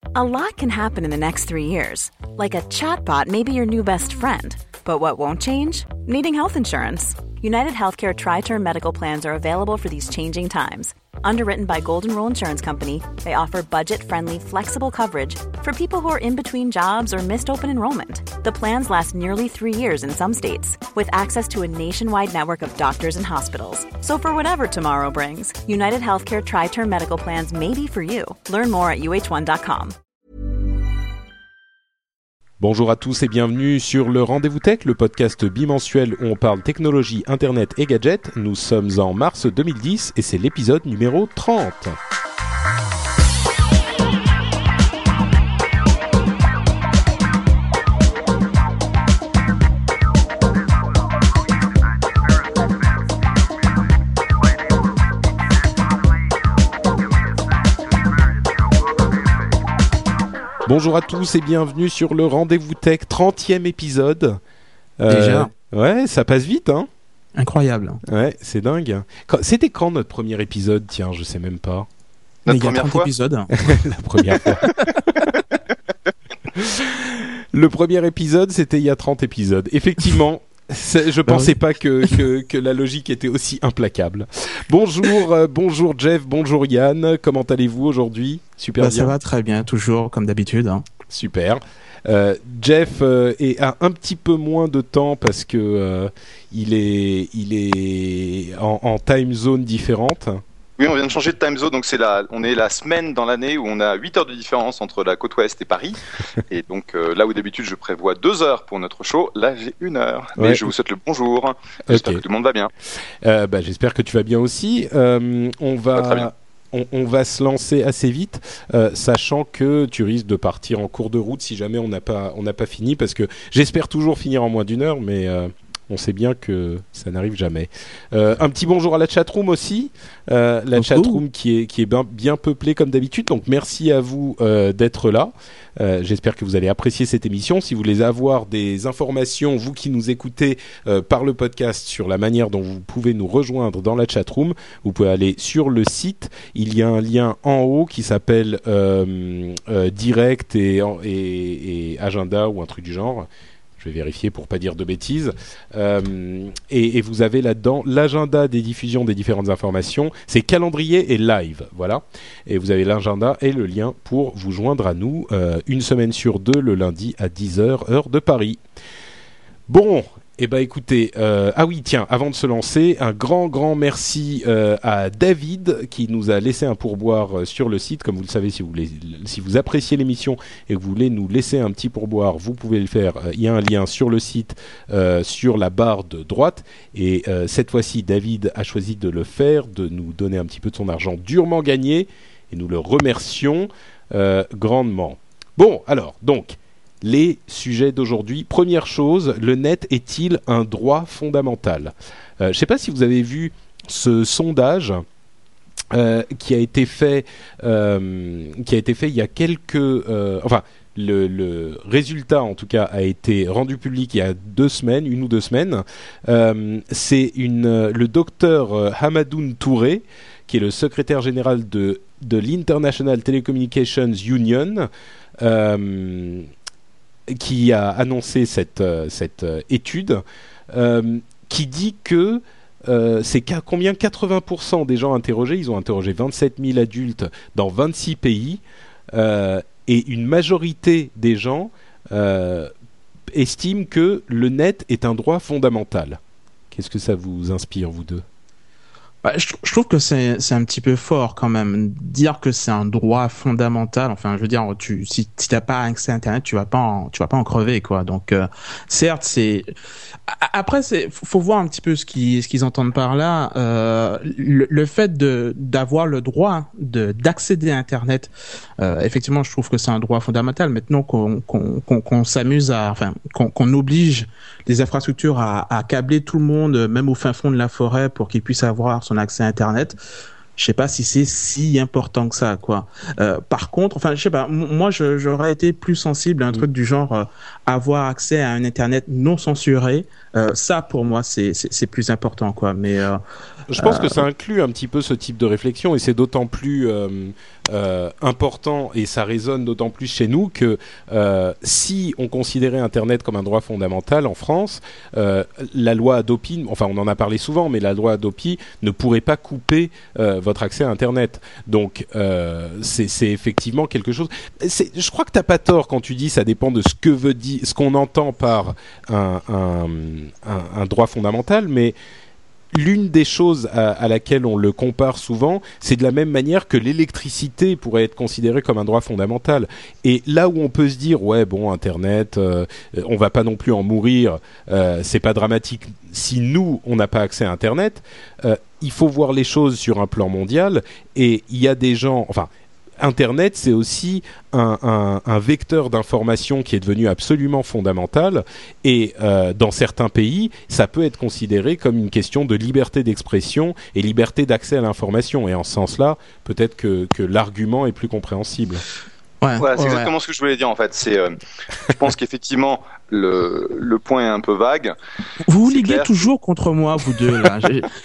A lot can happen in the next 3 years. Like a chatbot may be your new best friend. But what won't change? Needing health insurance. United Healthcare Tri-Term Medical Plans are available for these changing times. Underwritten by Golden Rule Insurance Company, they offer budget-friendly, flexible coverage for people who are in between jobs or missed open enrollment. The plans last nearly 3 years in some states, with access to a nationwide network of doctors and hospitals. So for whatever tomorrow brings, United Healthcare Tri-Term Medical Plans may be for you. Learn more at uh1.com. Bonjour à tous et bienvenue sur le Rendez-vous Tech, le podcast bimensuel où on parle technologie, internet et gadgets. Nous sommes en mars 2010 et c'est l'épisode numéro 30. Bonjour à tous et bienvenue sur le Rendez-vous Tech, 30e épisode. Déjà. Ouais, ça passe vite, hein. Incroyable. Ouais, c'est dingue. C'était quand notre premier épisode ? Tiens, je sais même pas. Notre première fois épisode. La première fois. Le premier épisode, c'était il y a 30 épisodes. Effectivement, je pensais pas que la logique était aussi implacable. Bonjour Jeff, bonjour Yann. Comment allez-vous aujourd'hui ? Super bien. Ça va très bien, toujours comme d'habitude. Hein. Super. Jeff a un petit peu moins de temps parce que il est en time zone différente. Oui, on vient de changer de time zone, donc on est la semaine dans l'année où on a 8 heures de différence entre la côte ouest et Paris. Et donc là où d'habitude je prévois 2 heures pour notre show, là j'ai 1 heure. Mais ouais. Je vous souhaite le bonjour. J'espère que tout le monde va bien. J'espère que tu vas bien aussi. On va se lancer assez vite, sachant que tu risques de partir en cours de route si jamais on n'a pas fini, parce que j'espère toujours finir en moins d'1 heure, mais on sait bien que ça n'arrive jamais. Un petit bonjour à la chatroom aussi, la chatroom qui est bien peuplée comme d'habitude, donc merci à vous d'être là. J'espère que vous allez apprécier cette émission. Si vous voulez avoir des informations, vous qui nous écoutez par le podcast, sur la manière dont vous pouvez nous rejoindre dans la chatroom, vous pouvez aller sur le site. Il y a un lien en haut qui s'appelle Direct et Agenda ou un truc du genre. Je vais vérifier pour pas dire de bêtises. Et vous avez là-dedans l'agenda des diffusions des différentes informations. C'est calendrier et live, voilà. Et vous avez l'agenda et le lien pour vous joindre à nous une semaine sur 2, le lundi à 10h, heure de Paris. Bon, écoutez, ah oui, tiens, avant de se lancer, un grand merci à David qui nous a laissé un pourboire sur le site. Comme vous le savez, si vous appréciez l'émission et que vous voulez nous laisser un petit pourboire, vous pouvez le faire. Il y a un lien sur le site, sur la barre de droite. Et cette fois-ci, David a choisi de le faire, de nous donner un petit peu de son argent durement gagné. Et nous le remercions grandement. Bon, alors, donc... les sujets d'aujourd'hui. Première chose, le net est-il un droit fondamental ? Je ne sais pas si vous avez vu ce sondage qui a été fait il y a quelques... le résultat, en tout cas, a été rendu public il y a 1 ou 2 semaines. C'est le docteur Hamadoun Touré, qui est le secrétaire général de l'International Telecommunications Union, qui a annoncé cette étude qui dit que c'est combien 80% des gens interrogés, ils ont interrogé 27 000 adultes dans 26 pays, et une majorité des gens estiment que le net est un droit fondamental. Qu'est-ce que ça vous inspire, vous deux ? Je trouve que c'est un petit peu fort quand même. Dire que c'est un droit fondamental, enfin je veux dire, si t'as pas accès à Internet, tu vas pas en crever, quoi. Donc certes, après faut voir un petit peu ce qu'ils entendent par là. Le fait d'avoir le droit d'accéder à Internet, effectivement, je trouve que c'est un droit fondamental. Maintenant qu'on s'amuse qu'on oblige les infrastructures à câbler tout le monde, même au fin fond de la forêt, pour qu'ils puissent avoir son accès à Internet, je sais pas si c'est si important que ça, quoi. Par contre, enfin, je sais pas, moi, j'aurais été plus sensible à un truc du genre avoir accès à un Internet non censuré. Ça, pour moi, c'est plus important, quoi. Mais Je pense que ça inclut un petit peu ce type de réflexion et c'est d'autant plus important et ça résonne d'autant plus chez nous que si on considérait Internet comme un droit fondamental en France, la loi Hadopi, enfin on en a parlé souvent, mais la loi Hadopi ne pourrait pas couper votre accès à Internet. Donc c'est effectivement quelque chose. Je crois que t'as pas tort quand tu dis ça dépend de ce qu'on entend par un droit fondamental, mais l'une des choses à laquelle on le compare souvent, c'est de la même manière que l'électricité pourrait être considérée comme un droit fondamental. Et là où on peut se dire, ouais, bon, Internet, on va pas non plus en mourir, c'est pas dramatique si nous, on n'a pas accès à Internet, il faut voir les choses sur un plan mondial. Et il y a des gens... Enfin, Internet, c'est aussi un vecteur d'information qui est devenu absolument fondamental et dans certains pays, ça peut être considéré comme une question de liberté d'expression et liberté d'accès à l'information. Et en ce sens-là, peut-être que l'argument est plus compréhensible. Ouais, c'est exactement ce que je voulais dire en fait. Je pense qu'effectivement le point est un peu vague. Vous liguez toujours contre moi, vous deux là.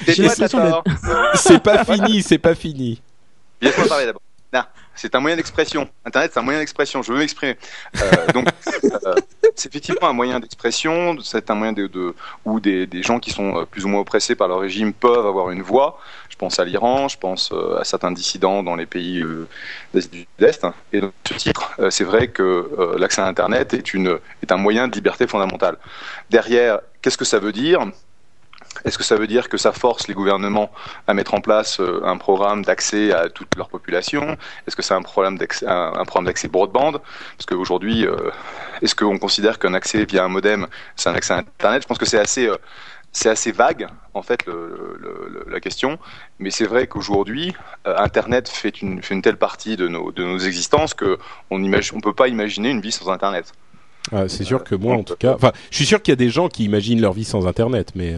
C'est pas fini. Laisse-moi parler d'abord. Non, c'est un moyen d'expression. Internet, c'est un moyen d'expression. Je veux m'exprimer. Donc, c'est effectivement un moyen d'expression. C'est un moyen où des gens qui sont plus ou moins oppressés par le régime peuvent avoir une voix. Je pense à l'Iran, je pense à certains dissidents dans les pays d'Asie du Sud-Est. Et donc, à ce titre, c'est vrai que l'accès à Internet est un moyen de liberté fondamentale. Derrière, qu'est-ce que ça veut dire ? Est-ce que ça veut dire que ça force les gouvernements à mettre en place un programme d'accès à toute leur population ? Est-ce que c'est un programme d'accès broadband ? Parce qu'aujourd'hui, est-ce qu'on considère qu'un accès via un modem, c'est un accès à Internet ? Je pense que c'est assez vague, en fait, la question. Mais c'est vrai qu'aujourd'hui, Internet fait une telle partie de nos existences qu'on ne peut pas imaginer une vie sans Internet. C'est sûr que moi, en tout cas... Enfin, je suis sûr qu'il y a des gens qui imaginent leur vie sans Internet, mais...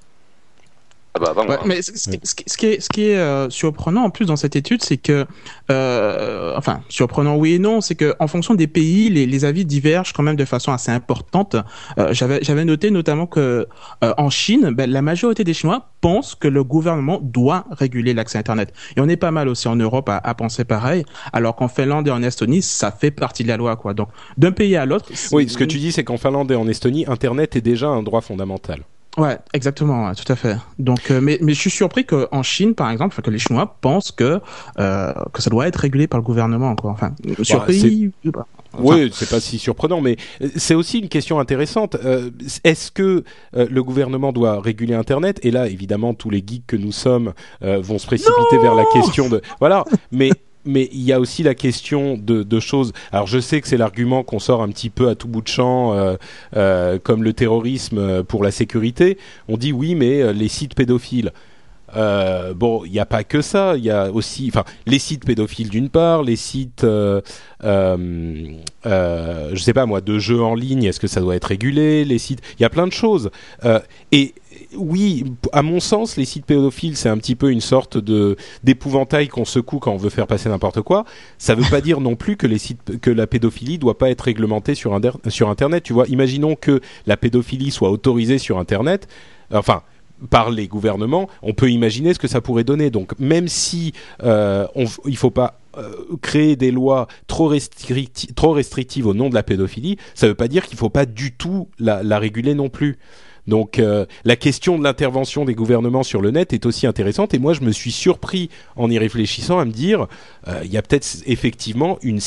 mais ce qui est surprenant en plus dans cette étude, c'est que, enfin surprenant oui et non, c'est que en fonction des pays, les avis divergent quand même de façon assez importante. J'avais noté notamment que en Chine, la majorité des Chinois pensent que le gouvernement doit réguler l'accès à Internet. Et on est pas mal aussi en Europe à penser pareil, alors qu'en Finlande et en Estonie, ça fait partie de la loi, quoi. Donc d'un pays à l'autre. Oui, ce que tu dis, c'est qu'en Finlande et en Estonie, Internet est déjà un droit fondamental. Ouais, exactement, ouais, tout à fait. Donc, mais je suis surpris qu'en Chine, par exemple, que les Chinois pensent que ça doit être régulé par le gouvernement, quoi. Enfin, surpris. Oui, c'est pas si surprenant, mais c'est aussi une question intéressante. Est-ce que le gouvernement doit réguler Internet ? Et là, évidemment, tous les geeks que nous sommes vont se précipiter vers la question de... Voilà, mais il y a aussi la question de choses... Alors, je sais que c'est l'argument qu'on sort un petit peu à tout bout de champ, comme le terrorisme pour la sécurité. On dit oui, mais les sites pédophiles... bon, il n'y a pas que ça. Il y a aussi, enfin, les sites pédophiles d'une part, les sites, je sais pas moi, de jeux en ligne. Est-ce que ça doit être régulé ? Les sites, il y a plein de choses. Et oui, à mon sens, les sites pédophiles, c'est un petit peu une sorte d'épouvantail qu'on secoue quand on veut faire passer n'importe quoi. Ça veut pas dire non plus que la pédophilie doit pas être réglementée sur Internet. Tu vois, imaginons que la pédophilie soit autorisée sur Internet. Enfin, par les gouvernements, on peut imaginer ce que ça pourrait donner. Donc, même si il faut pas créer des lois trop restrictives au nom de la pédophilie, ça veut pas dire qu'il faut pas du tout la réguler non plus. Donc la question de l'intervention des gouvernements sur le net est aussi intéressante et moi je me suis surpris en y réfléchissant à me dire il y a peut-être effectivement un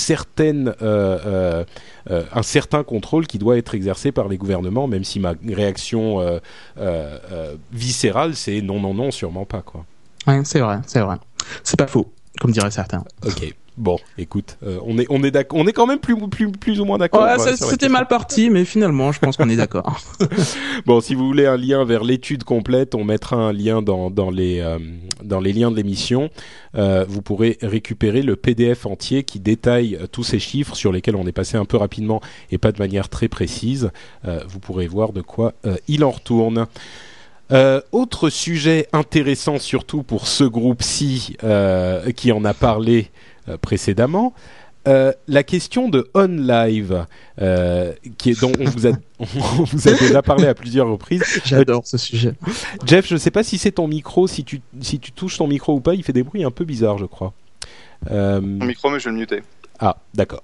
certain contrôle qui doit être exercé par les gouvernements, même si ma réaction viscérale c'est non, sûrement pas, quoi. Ouais, c'est vrai, c'est pas faux, comme diraient certains. Ok. Bon, écoute, on est d'accord, on est quand même plus ou moins d'accord. Ouais, c'était mal parti, mais finalement, je pense qu'on est d'accord. Bon, si vous voulez un lien vers l'étude complète, on mettra un lien dans les liens de l'émission. Vous pourrez récupérer le PDF entier qui détaille tous ces chiffres sur lesquels on est passé un peu rapidement et pas de manière très précise. Vous pourrez voir de quoi il en retourne. Autre sujet intéressant, surtout pour ce groupe-ci qui en a parlé précédemment, la question de OnLive, dont on vous a déjà parlé à plusieurs reprises. J'adore ce sujet. Jeff, je ne sais pas si c'est ton micro, si tu touches ton micro ou pas, il fait des bruits un peu bizarres, je crois. Mon micro, mais je vais le muter. Ah, d'accord.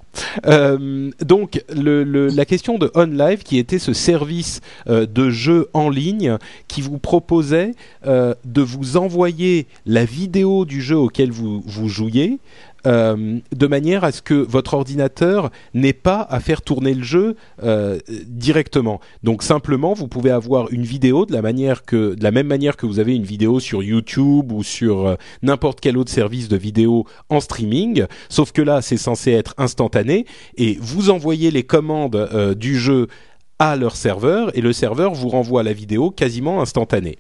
Donc, la question de OnLive, qui était ce service de jeu en ligne qui vous proposait de vous envoyer la vidéo du jeu auquel vous jouiez, de manière à ce que votre ordinateur n'ait pas à faire tourner le jeu directement. Donc simplement, vous pouvez avoir une vidéo de la même manière que vous avez une vidéo sur YouTube ou sur n'importe quel autre service de vidéo en streaming, sauf que là, c'est censé être instantané et vous envoyez les commandes du jeu à leur serveur et le serveur vous renvoie la vidéo quasiment instantanée.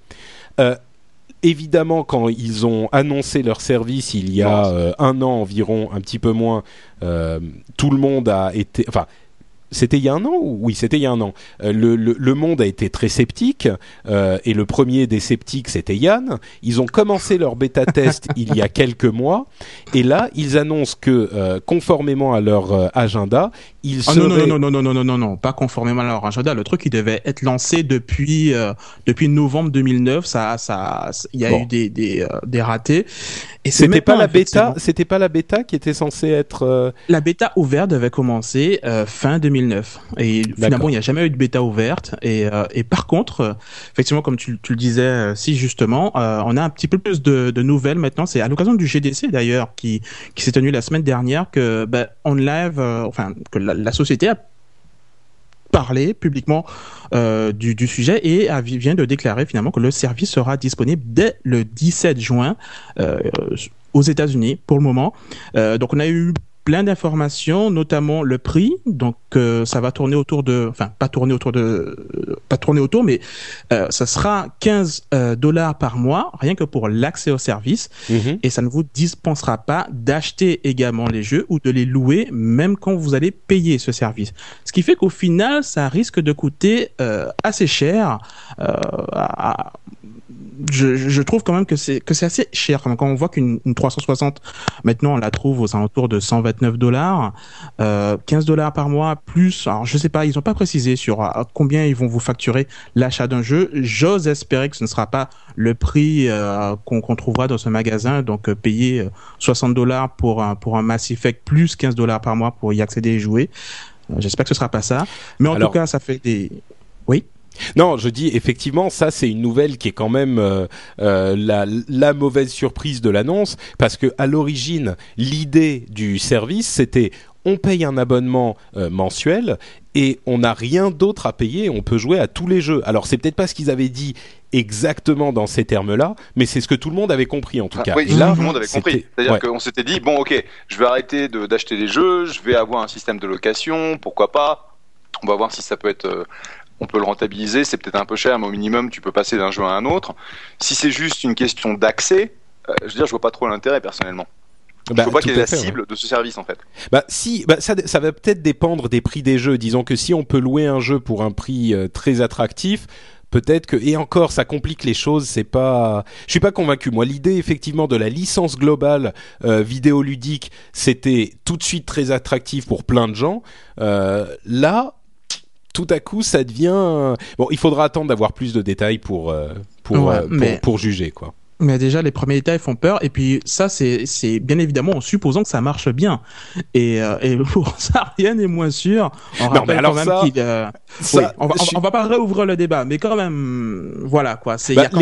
Évidemment, quand ils ont annoncé leur service il y a un an environ, un petit peu moins, tout le monde a été... Enfin, c'était il y a un an ? Oui, c'était il y a un an. Le monde a été très sceptique et le premier des sceptiques, c'était Yann. Ils ont commencé leur bêta-test il y a quelques mois et là, ils annoncent que, conformément à leur agenda, ils seraient... Non, pas conformément à leur agenda. Le truc, il devait être lancé depuis novembre 2009. Il y a eu des ratés. Et c'était pas la bêta qui était censée être... La bêta ouverte devait commencer fin 2009. Et finalement, il n'y a jamais eu de bêta ouverte. Et par contre, effectivement, comme tu le disais si justement, on a un petit peu plus de nouvelles maintenant. C'est à l'occasion du GDC d'ailleurs qui s'est tenu la semaine dernière que OnLive, que la société a parlé publiquement du sujet et vient de déclarer finalement que le service sera disponible dès le 17 juin aux États-Unis pour le moment. Donc on a eu plein d'informations, notamment le prix. Donc ça va tourner autour de, pas tourner autour, mais ça sera $15 par mois, rien que pour l'accès au service. Mm-hmm. Et ça ne vous dispensera pas d'acheter également les jeux ou de les louer, même quand vous allez payer ce service. Ce qui fait qu'au final, ça risque de coûter assez cher. Je trouve quand même que c'est assez cher quand on voit qu'une 360 maintenant on la trouve aux alentours de $129, $15 par mois plus. Alors je sais pas, ils ont pas précisé sur combien ils vont vous facturer l'achat d'un jeu. J'ose espérer que ce ne sera pas le prix qu'on trouvera dans ce magasin, donc payer $60 pour un Mass Effect plus $15 par mois pour y accéder et jouer. J'espère que ce sera pas ça, mais en tout cas ça fait des... Oui. Non, je dis effectivement, ça c'est une nouvelle qui est quand même la mauvaise surprise de l'annonce, parce que à l'origine, l'idée du service c'était on paye un abonnement mensuel et on n'a rien d'autre à payer, on peut jouer à tous les jeux. Alors c'est peut-être pas ce qu'ils avaient dit exactement dans ces termes-là, mais c'est ce que tout le monde avait compris en tout cas. Oui, là, tout le monde avait compris. C'est-à-dire qu'on s'était dit, bon ok, je vais arrêter d'acheter des jeux, je vais avoir un système de location, pourquoi pas, on va voir si ça peut être... on peut le rentabiliser, c'est peut-être un peu cher, mais au minimum, tu peux passer d'un jeu à un autre. Si c'est juste une question d'accès, je vois pas trop l'intérêt personnellement. Je vois pas quelle est la cible de ce service en fait. Ça va peut-être dépendre des prix des jeux. Disons que si on peut louer un jeu pour un prix très attractif, peut-être que, et encore, ça complique les choses. Je suis pas convaincu. Moi, l'idée effectivement de la licence globale vidéoludique, c'était tout de suite très attractif pour plein de gens. Là, tout à coup, ça devient... Bon, il faudra attendre d'avoir plus de détails pour juger, quoi. Mais déjà, les premiers détails font peur. Et puis, ça, c'est bien évidemment en supposant que ça marche bien. Et pour ça, rien n'est moins sûr. On rappelle quand même on va pas réouvrir le débat, mais quand même, voilà, quoi.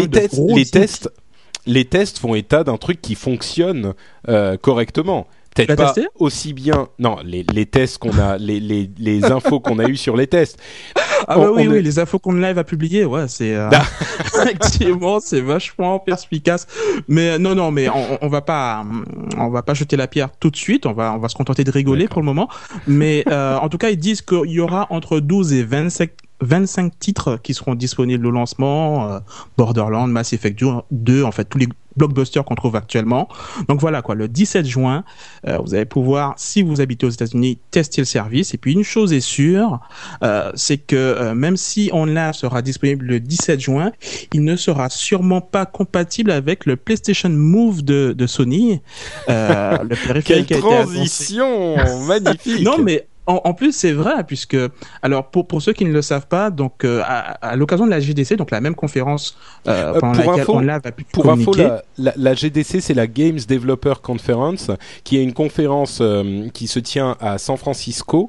Les tests font état d'un truc qui fonctionne correctement. Peut-être pas aussi bien. Non, les tests qu'on a, les infos qu'on a eues sur les tests. Oui, les infos qu'on live a publiées, ouais, c'est effectivement, c'est vachement perspicace. Mais non, mais on va pas jeter la pierre tout de suite. On va se contenter de rigoler pour le moment. Mais en tout cas, ils disent qu'il y aura entre 12 et 25 titres qui seront disponibles au lancement. Borderlands, Mass Effect 2, en fait, blockbusters qu'on trouve actuellement. Donc voilà quoi, le 17 juin, vous allez pouvoir, si vous habitez aux États-Unis, tester le service. Et puis une chose est sûre, c'est que même si OnLive sera disponible le 17 juin, il ne sera sûrement pas compatible avec le PlayStation Move de Sony. Le périphérique Quelle transition magnifique. Non mais en plus, c'est vrai, puisque, alors, pour ceux qui ne le savent pas, donc, à l'occasion de la GDC, donc la même conférence pendant laquelle OnLive a pu communiquer. Pour info, la GDC, c'est la Games Developer Conference, qui est une conférence qui se tient à San Francisco,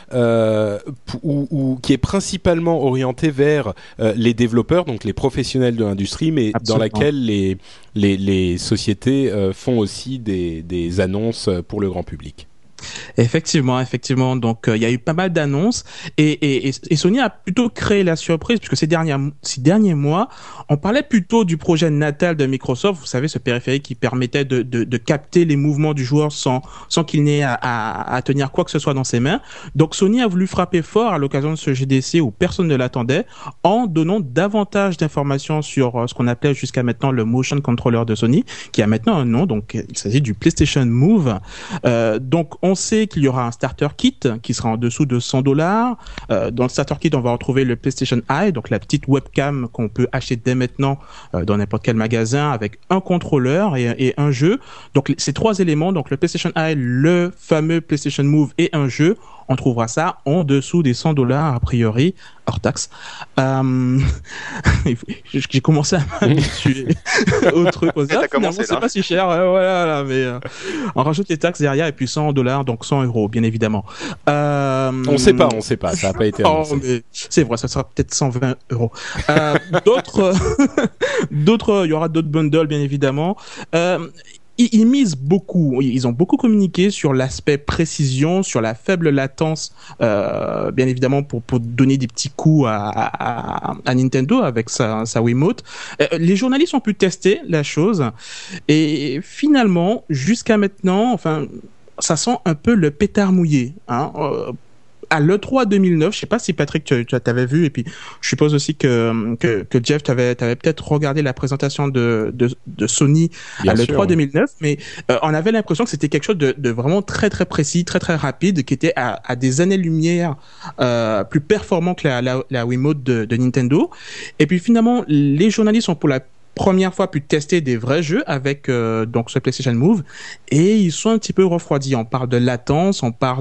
qui est principalement orientée vers les développeurs, donc les professionnels de l'industrie, mais dans laquelle les sociétés font aussi des annonces pour le grand public. Effectivement. Donc, il y a eu pas mal d'annonces et Sony a plutôt créé la surprise puisque ces derniers mois, on parlait plutôt du projet natal de Microsoft. Vous savez, ce périphérique qui permettait de capter les mouvements du joueur sans qu'il n'ait à tenir quoi que ce soit dans ses mains. Donc, Sony a voulu frapper fort à l'occasion de ce GDC où personne ne l'attendait en donnant davantage d'informations sur ce qu'on appelait jusqu'à maintenant le Motion Controller de Sony, qui a maintenant un nom. Donc, il s'agit du PlayStation Move. Donc, on sait qu'il y aura un starter kit qui sera en dessous de $100. Dans le starter kit, on va retrouver le PlayStation Eye, donc la petite webcam qu'on peut acheter dès maintenant dans n'importe quel magasin avec un contrôleur et un jeu. Donc ces trois éléments, donc le PlayStation Eye, le fameux PlayStation Move et un jeu, on trouvera ça en dessous des $100 a priori, hors taxe. J'ai commencé à m'habituer au truc. Finalement, c'est pas si cher. Voilà, mais on rajoute les taxes derrière et puis $100, donc 100 €, bien évidemment. On sait pas. Ça a pas été annoncé. Mais c'est vrai, ça sera peut-être 120 €. Il y aura d'autres bundles, bien évidemment. Ils misent beaucoup, ils ont beaucoup communiqué sur l'aspect précision, sur la faible latence, bien évidemment pour donner des petits coups à Nintendo avec sa Wiimote. Les journalistes ont pu tester la chose et finalement, jusqu'à maintenant, enfin, ça sent un peu le pétard mouillé, hein. À l'E3 2009, je sais pas si Patrick tu t'avais vu, et puis je suppose aussi que Jeff t'avais peut-être regardé la présentation de Sony à l'E3 2009, mais on avait l'impression que c'était quelque chose de vraiment très très précis, très très rapide, qui était à des années-lumière plus performant que la Wiimote de Nintendo. Et puis finalement, les journalistes ont pour la première fois pu tester des vrais jeux avec donc ce PlayStation Move et ils sont un petit peu refroidis. On parle de latence, on parle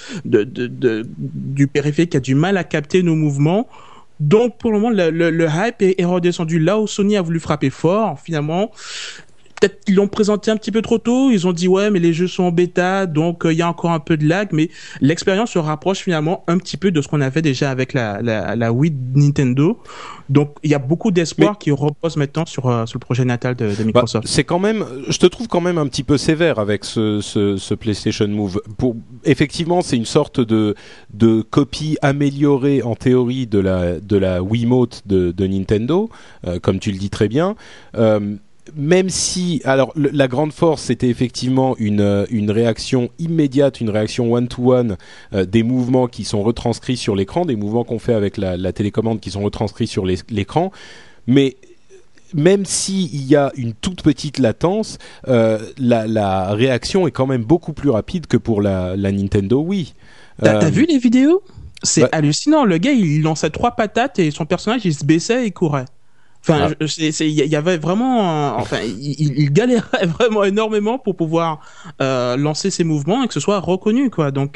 du périphérique qui a du mal à capter nos mouvements. Donc pour le moment le hype est redescendu là où Sony a voulu frapper fort. Finalement, peut-être qu'ils l'ont présenté un petit peu trop tôt. Ils ont dit ouais, mais les jeux sont en bêta, donc il y a encore un peu de lag. Mais l'expérience se rapproche finalement un petit peu de ce qu'on avait déjà avec la Wii de Nintendo. Donc il y a beaucoup d'espoir qui repose maintenant sur le projet natal de Microsoft. C'est quand même, je te trouve quand même un petit peu sévère avec ce PlayStation Move. Effectivement, c'est une sorte de copie améliorée en théorie de la Wiimote de Nintendo, comme tu le dis très bien. Même si, alors la grande force c'était effectivement une réaction immédiate, une réaction one-to-one des mouvements qui sont retranscrits sur l'écran, des mouvements qu'on fait avec la télécommande qui sont retranscrits sur l'écran, mais même s'il y a une toute petite latence, la réaction est quand même beaucoup plus rapide que pour la Nintendo Wii. T'as vu les vidéos ? C'est hallucinant, le gars il lançait 3 patates et son personnage il se baissait et il courait. Enfin, il y avait vraiment, il galérait vraiment énormément pour pouvoir lancer ses mouvements et que ce soit reconnu, quoi. Donc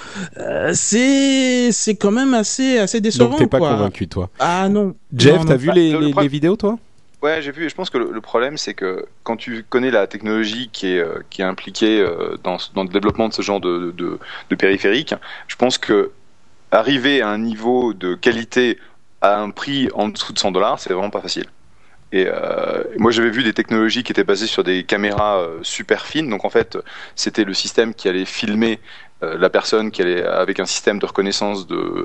c'est quand même assez décevant. Donc t'es pas convaincu, toi? Ah non. Jeff, t'as vu les vidéos, toi? Ouais, j'ai vu. Et je pense que le problème, c'est que quand tu connais la technologie qui est impliquée dans le développement de ce genre de périphérique, je pense que arriver à un niveau de qualité à un prix en dessous de $100, c'est vraiment pas facile. Et moi j'avais vu des technologies qui étaient basées sur des caméras super fines, donc en fait c'était le système qui allait filmer la personne qui allait avec un système de reconnaissance de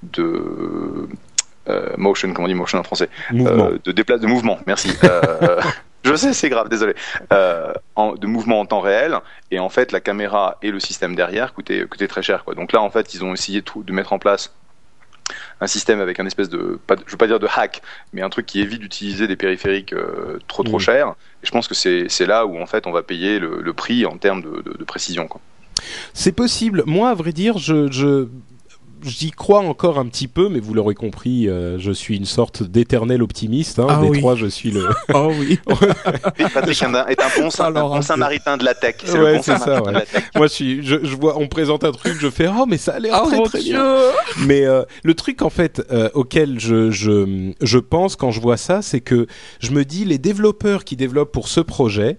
motion, comment on dit motion en français, de mouvement, merci. Je sais, c'est grave, désolé. De mouvement en temps réel, et en fait la caméra et le système derrière coûtaient très cher, quoi. Donc là en fait ils ont essayé de mettre en place un système avec un espèce de, je veux pas dire de hack, mais un truc qui évite d'utiliser des périphériques trop chers. Et je pense que c'est là où en fait on va payer le prix en termes de précision, quoi. C'est possible. Moi, à vrai dire, j'y crois encore un petit peu, mais vous l'aurez compris, je suis une sorte d'éternel optimiste. Hein. Des trois, je suis le. Oh oui. Patrick est un bon Samaritain de la tech. C'est ouais, le bon Samaritain de la tech. Moi, je vois, on me présente un truc, je fais mais ça a l'air très bien. Mais le truc en fait auquel je pense quand je vois ça, c'est que je me dis les développeurs qui développent pour ce projet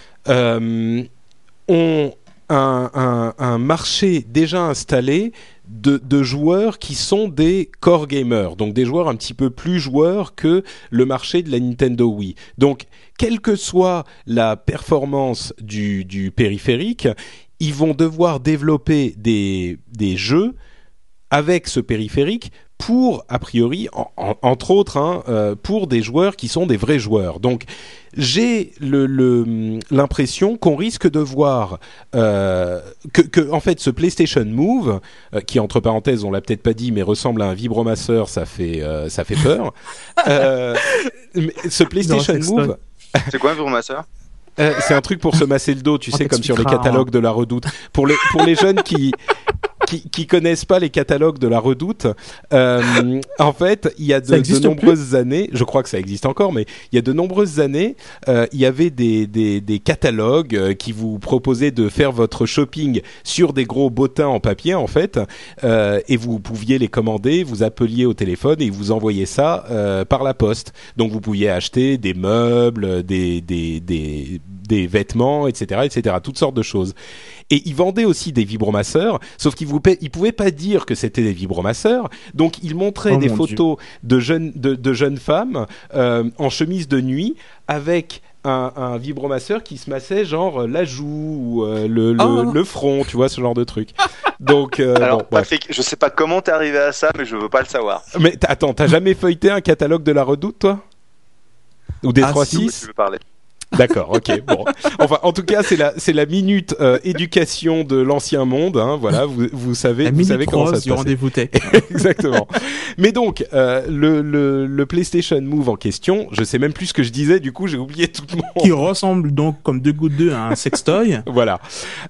ont un marché déjà installé de joueurs qui sont des core gamers, donc des joueurs un petit peu plus joueurs que le marché de la Nintendo Wii. Donc, quelle que soit la performance du périphérique, ils vont devoir développer des jeux avec ce périphérique pour, a priori, entre autres, pour des joueurs qui sont des vrais joueurs. Donc, j'ai l'impression qu'on risque de voir que en fait, ce PlayStation Move, qui entre parenthèses, on l'a peut-être pas dit, mais ressemble à un vibromasseur, ça fait peur. Ce PlayStation Move, c'est quoi un vibromasseur? C'est un truc pour se masser le dos, tu sais, comme sur les catalogues de la Redoute. Pour les jeunes qui connaissent pas les catalogues de la Redoute, en fait, il y a de nombreuses années, je crois que ça existe encore, mais il y a de nombreuses années, il y avait des catalogues qui vous proposaient de faire votre shopping sur des gros bottins en papier, en fait, et vous pouviez les commander, vous appeliez au téléphone et ils vous envoyaient ça par la poste. Donc vous pouviez acheter des meubles, des vêtements, etc., toutes sortes de choses. Et ils vendaient aussi des vibromasseurs, sauf qu'ils pouvaient pas dire que c'était des vibromasseurs. Donc ils montraient des photos de jeunes femmes en chemise de nuit avec un vibromasseur qui se massait genre la joue ou le front, tu vois, ce genre de truc. Donc alors Patrick, je sais pas comment t'es arrivé à ça, mais je veux pas le savoir. Mais attends, t'as jamais feuilleté un catalogue de la Redoute, toi? Ou des 3-6? Si tu veux parler. D'accord, ok, bon. Enfin, en tout cas, c'est la minute éducation de l'ancien monde, hein, voilà, vous savez comment ça se passe. Rendez-vous tech. Exactement. Mais donc, le PlayStation Move en question, je sais même plus ce que je disais, du coup, j'ai oublié tout le monde. Qui ressemble donc comme 2 gouttes d'eau à un sextoy. Voilà.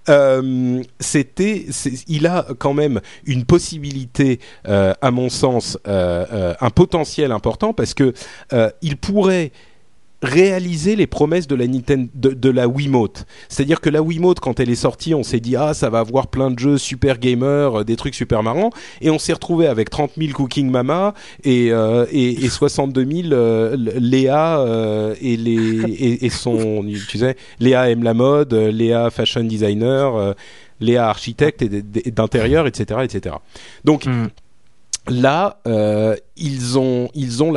Il a quand même une possibilité, à mon sens, un potentiel important parce que il pourrait réaliser les promesses de la Nintendo, de la Wiimote. C'est-à-dire que la Wiimote, quand elle est sortie, on s'est dit ça va avoir plein de jeux super gamers, des trucs super marrants, et on s'est retrouvé avec 30 000 Cooking Mama et 62 000 Léa et son, tu sais, Léa aime la mode, Léa fashion designer, Léa architecte et d'intérieur, etc., etc. Donc là, ils ont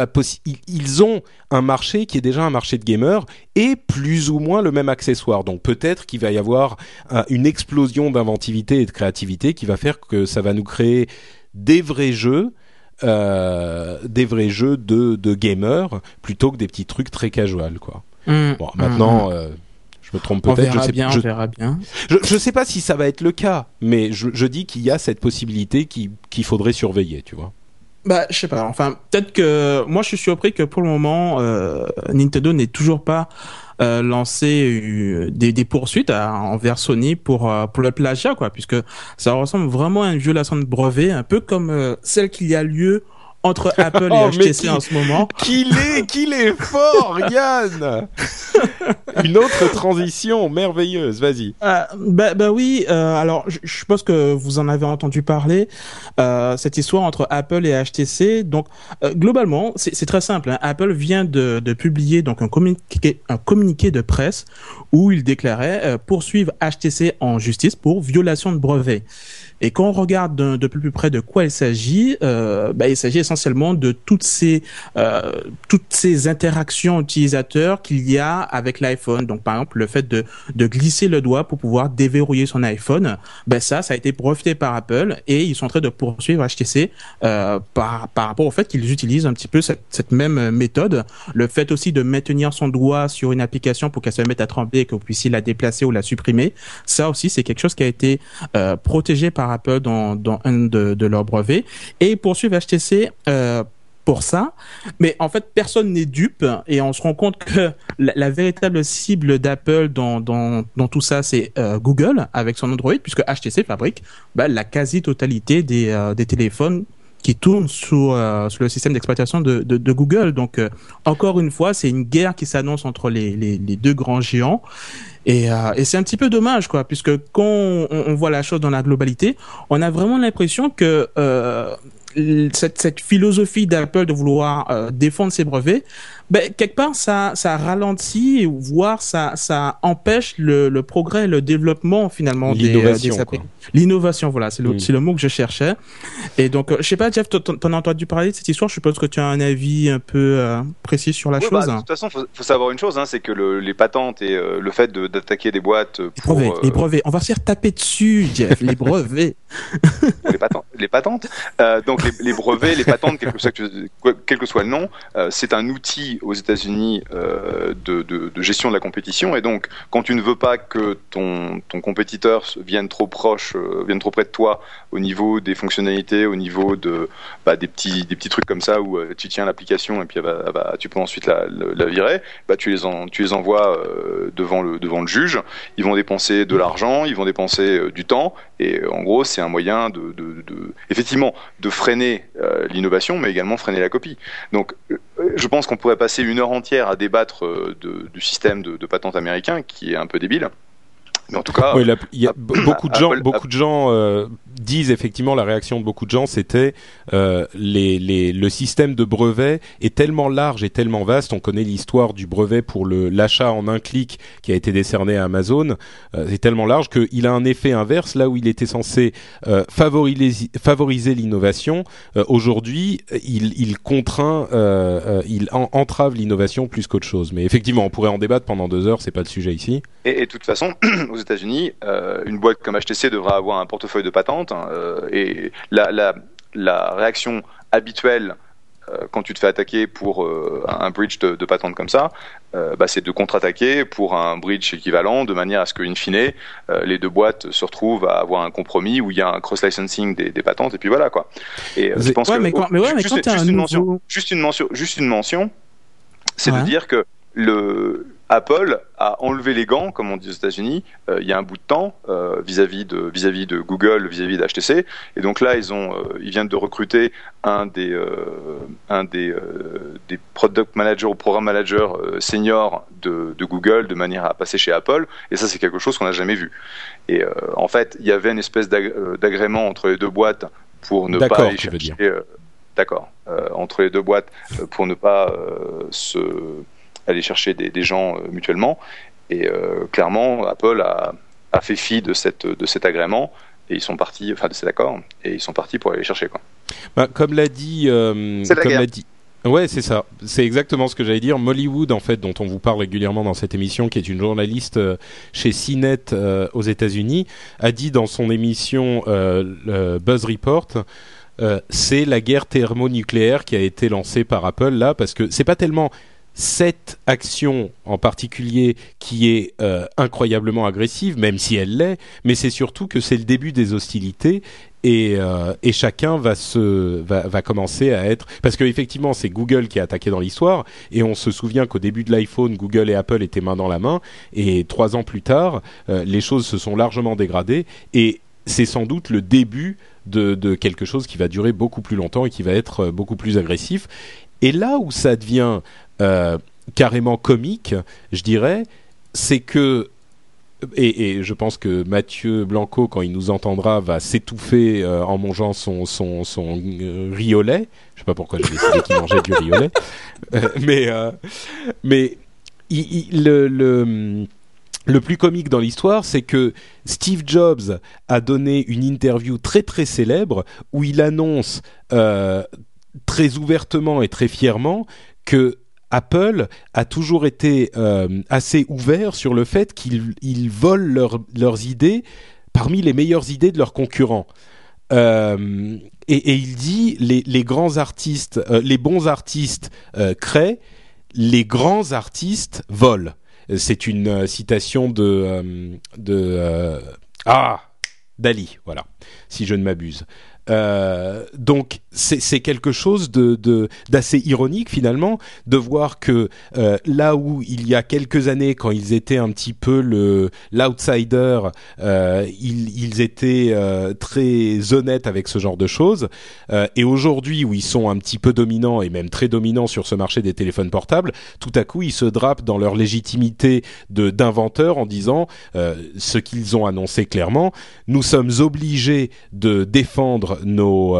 un marché qui est déjà un marché de gamers et plus ou moins le même accessoire. Donc peut-être qu'il va y avoir une explosion d'inventivité et de créativité qui va faire que ça va nous créer des vrais jeux de gamers plutôt que des petits trucs très casual, quoi. Bon, maintenant. Je me trompe peut-être. On verra bien. Je sais pas si ça va être le cas, mais je dis qu'il y a cette possibilité qu'il faudrait surveiller, tu vois. Bah, je sais pas. Enfin, peut-être que moi, je suis surpris que pour le moment, Nintendo n'ait toujours pas lancé des poursuites envers Sony pour le plagiat, quoi, puisque ça ressemble vraiment à une violation de brevet, un peu comme celle qu'il y a lieu entre Apple et HTC en ce moment. Qu'il est fort, Yann. Une autre transition merveilleuse, vas-y. Bah oui, alors je pense que vous en avez entendu parler, cette histoire entre Apple et HTC. Donc globalement, c'est très simple, hein. Apple vient de publier donc un communiqué de presse où il déclarait poursuivre HTC en justice pour violation de brevet. Et quand on regarde de plus près de quoi il s'agit essentiellement de toutes ces interactions utilisateurs qu'il y a avec l'iPhone. Donc par exemple le fait de glisser le doigt pour pouvoir déverrouiller son iPhone, ça a été breveté par Apple et ils sont en train de poursuivre HTC par rapport au fait qu'ils utilisent un petit peu cette même méthode. Le fait aussi de maintenir son doigt sur une application pour qu'elle se mette à trembler et que vous puissiez la déplacer ou la supprimer, ça aussi c'est quelque chose qui a été protégé par par Apple dans un de leurs brevets, et ils poursuivent HTC pour ça, mais en fait personne n'est dupe et on se rend compte que la véritable cible d'Apple dans tout ça, c'est Google avec son Android, puisque HTC fabrique la quasi-totalité des téléphones qui tournent sur le système d'exploitation de Google. Donc encore une fois, c'est une guerre qui s'annonce entre les deux grands géants. Et c'est un petit peu dommage, quoi, puisque quand on voit la chose dans la globalité, on a vraiment l'impression que cette philosophie d'Apple de vouloir défendre ses brevets, quelque part ça ralentit, voire ça empêche le progrès, le développement finalement l'innovation, des l'innovation, voilà, c'est le mot que je cherchais. Et donc je sais pas, Jeff, t'en as entendu parler de cette histoire? Je suppose que tu as un avis un peu précis sur la chose. De toute façon, faut savoir une chose, c'est que les patentes et le fait d'attaquer des boîtes pour les brevets, on va se faire taper dessus, Jeff. Les brevets. Les patentes. Donc les brevets, les patentes, quel que soit le nom, c'est un outil aux États-Unis de gestion de la compétition. Et donc, quand tu ne veux pas que ton compétiteur vienne trop près de toi au niveau des fonctionnalités, au niveau des petits trucs comme ça où tu tiens l'application et puis tu peux ensuite la virer, tu les envoies devant le juge. Ils vont dépenser de l'argent, ils vont dépenser du temps, et en gros, c'est un moyen effectivement de freiner l'innovation, mais également freiner la copie. Donc, je pense qu'on pourrait passer une heure entière à débattre du système de patente américain, qui est un peu débile. Mais en tout cas, beaucoup de gens disent effectivement, la réaction de beaucoup de gens, c'était le système de brevet est tellement large et tellement vaste. On connaît l'histoire du brevet pour l'achat en un clic qui a été décerné à Amazon. C'est tellement large qu'il a un effet inverse. Là où il était censé favoriser l'innovation, aujourd'hui, il contraint, il entrave l'innovation plus qu'autre chose. Mais effectivement, on pourrait en débattre pendant 2 heures. C'est pas le sujet ici. Et de toute façon, aux États-Unis, une boîte comme HTC devra avoir un portefeuille de patentes, et la réaction habituelle quand tu te fais attaquer pour un bridge de patente comme ça, c'est de contre-attaquer pour un bridge équivalent, de manière à ce qu'in fine, les deux boîtes se retrouvent à avoir un compromis où il y a un cross-licensing des patentes, et puis voilà, quoi. Et je pense juste une mention, c'est de dire que Apple a enlevé les gants, comme on dit aux États-Unis, il y a un bout de temps vis-à-vis de Google, vis-à-vis d'HTC, et donc là ils viennent de recruter un des product managers ou programme managers seniors de Google, de manière à passer chez Apple, et ça c'est quelque chose qu'on n'a jamais vu. Et en fait, il y avait une espèce d'agrément entre les deux boîtes pour ne pas aller chercher. Entre les deux boîtes pour ne pas aller chercher des gens mutuellement, et clairement Apple a fait fi de cet agrément, et ils sont partis, de cet accord, et ils sont partis pour aller les chercher, quoi. Comme l'a dit, ouais, c'est ça, c'est exactement ce que j'allais dire. Molly Wood, en fait, dont on vous parle régulièrement dans cette émission, qui est une journaliste chez CNET aux États-Unis, a dit dans son émission Buzz Report, c'est la guerre thermonucléaire qui a été lancée par Apple là, parce que c'est pas tellement cette action en particulier qui est incroyablement agressive, même si elle l'est, mais c'est surtout que c'est le début des hostilités, et chacun va commencer à être, parce que effectivement c'est Google qui a attaqué dans l'histoire, et on se souvient qu'au début de l'iPhone, Google et Apple étaient main dans la main, et 3 ans plus tard, les choses se sont largement dégradées, et c'est sans doute le début de quelque chose qui va durer beaucoup plus longtemps et qui va être beaucoup plus agressif. Et là où ça devient carrément comique, je dirais, c'est que, et je pense que Mathieu Blanco, quand il nous entendra, va s'étouffer en mangeant son riz au lait. Je sais pas pourquoi j'ai décidé qu'il mangeait du riz au lait, mais le plus comique dans l'histoire, c'est que Steve Jobs a donné une interview très très célèbre où il annonce très ouvertement et très fièrement que Apple a toujours été assez ouvert sur le fait qu'ils volent leurs idées parmi les meilleures idées de leurs concurrents. Et il dit les grands artistes, les bons artistes créent, les grands artistes volent. C'est une citation de DALL-E, voilà, si je ne m'abuse. Donc c'est quelque chose d'assez ironique finalement de voir que là où il y a quelques années, quand ils étaient un petit peu l'outsider, ils étaient très honnêtes avec ce genre de choses, et aujourd'hui où ils sont un petit peu dominants et même très dominants sur ce marché des téléphones portables, tout à coup ils se drapent dans leur légitimité d'inventeurs en disant ce qu'ils ont annoncé clairement: nous sommes obligés de défendre nos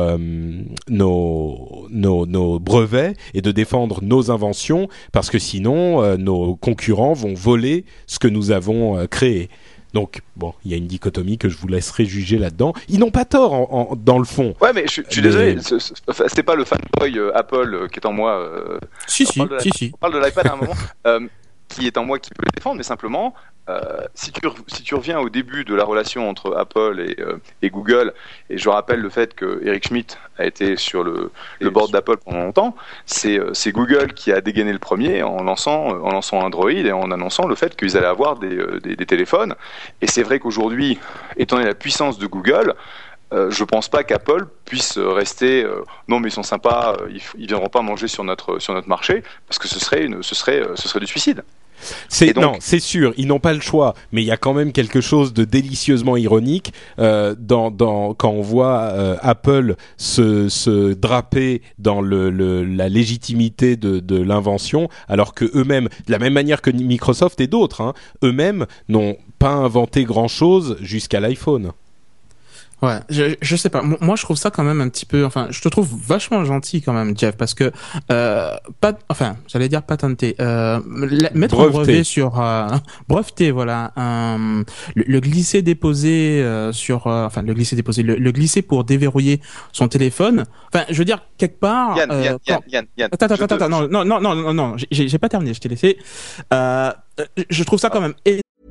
brevets et de défendre nos inventions parce que sinon nos concurrents vont voler ce que nous avons créé. Donc bon, il y a une dichotomie que je vous laisserai juger là-dedans. Ils n'ont pas tort dans le fond. Ouais, mais je suis désolé, c'est pas le fanboy Apple qui est en moi. Si. On parle de l'iPad à un moment. Qui est en moi qui peut le défendre, mais simplement, si tu reviens au début de la relation entre Apple et Google, et je rappelle le fait que Eric Schmidt a été sur le board d'Apple pendant longtemps, c'est Google qui a dégainé le premier en lançant Android et en annonçant le fait qu'ils allaient avoir des téléphones. Et c'est vrai qu'aujourd'hui, étant donné la puissance de Google, je pense pas qu'Apple puisse rester non mais ils sont sympas, ils viendront pas manger sur notre marché, parce que ce serait du suicide. Non, c'est sûr, ils n'ont pas le choix, mais il y a quand même quelque chose de délicieusement ironique quand on voit Apple se draper dans la légitimité de l'invention, alors que eux-mêmes, de la même manière que Microsoft et d'autres, eux-mêmes n'ont pas inventé grand-chose jusqu'à l'iPhone. Ouais, je sais pas. Moi, je trouve ça quand même un petit peu. Enfin, je te trouve vachement gentil quand même, Jeff, parce que j'allais dire patenter, mettre un brevet sur breveter, voilà, le glisser déposé le glisser pour déverrouiller son téléphone. Enfin, je veux dire quelque part. Yann. Attends, non, j'ai pas terminé, je t'ai laissé. Je trouve ça quand même.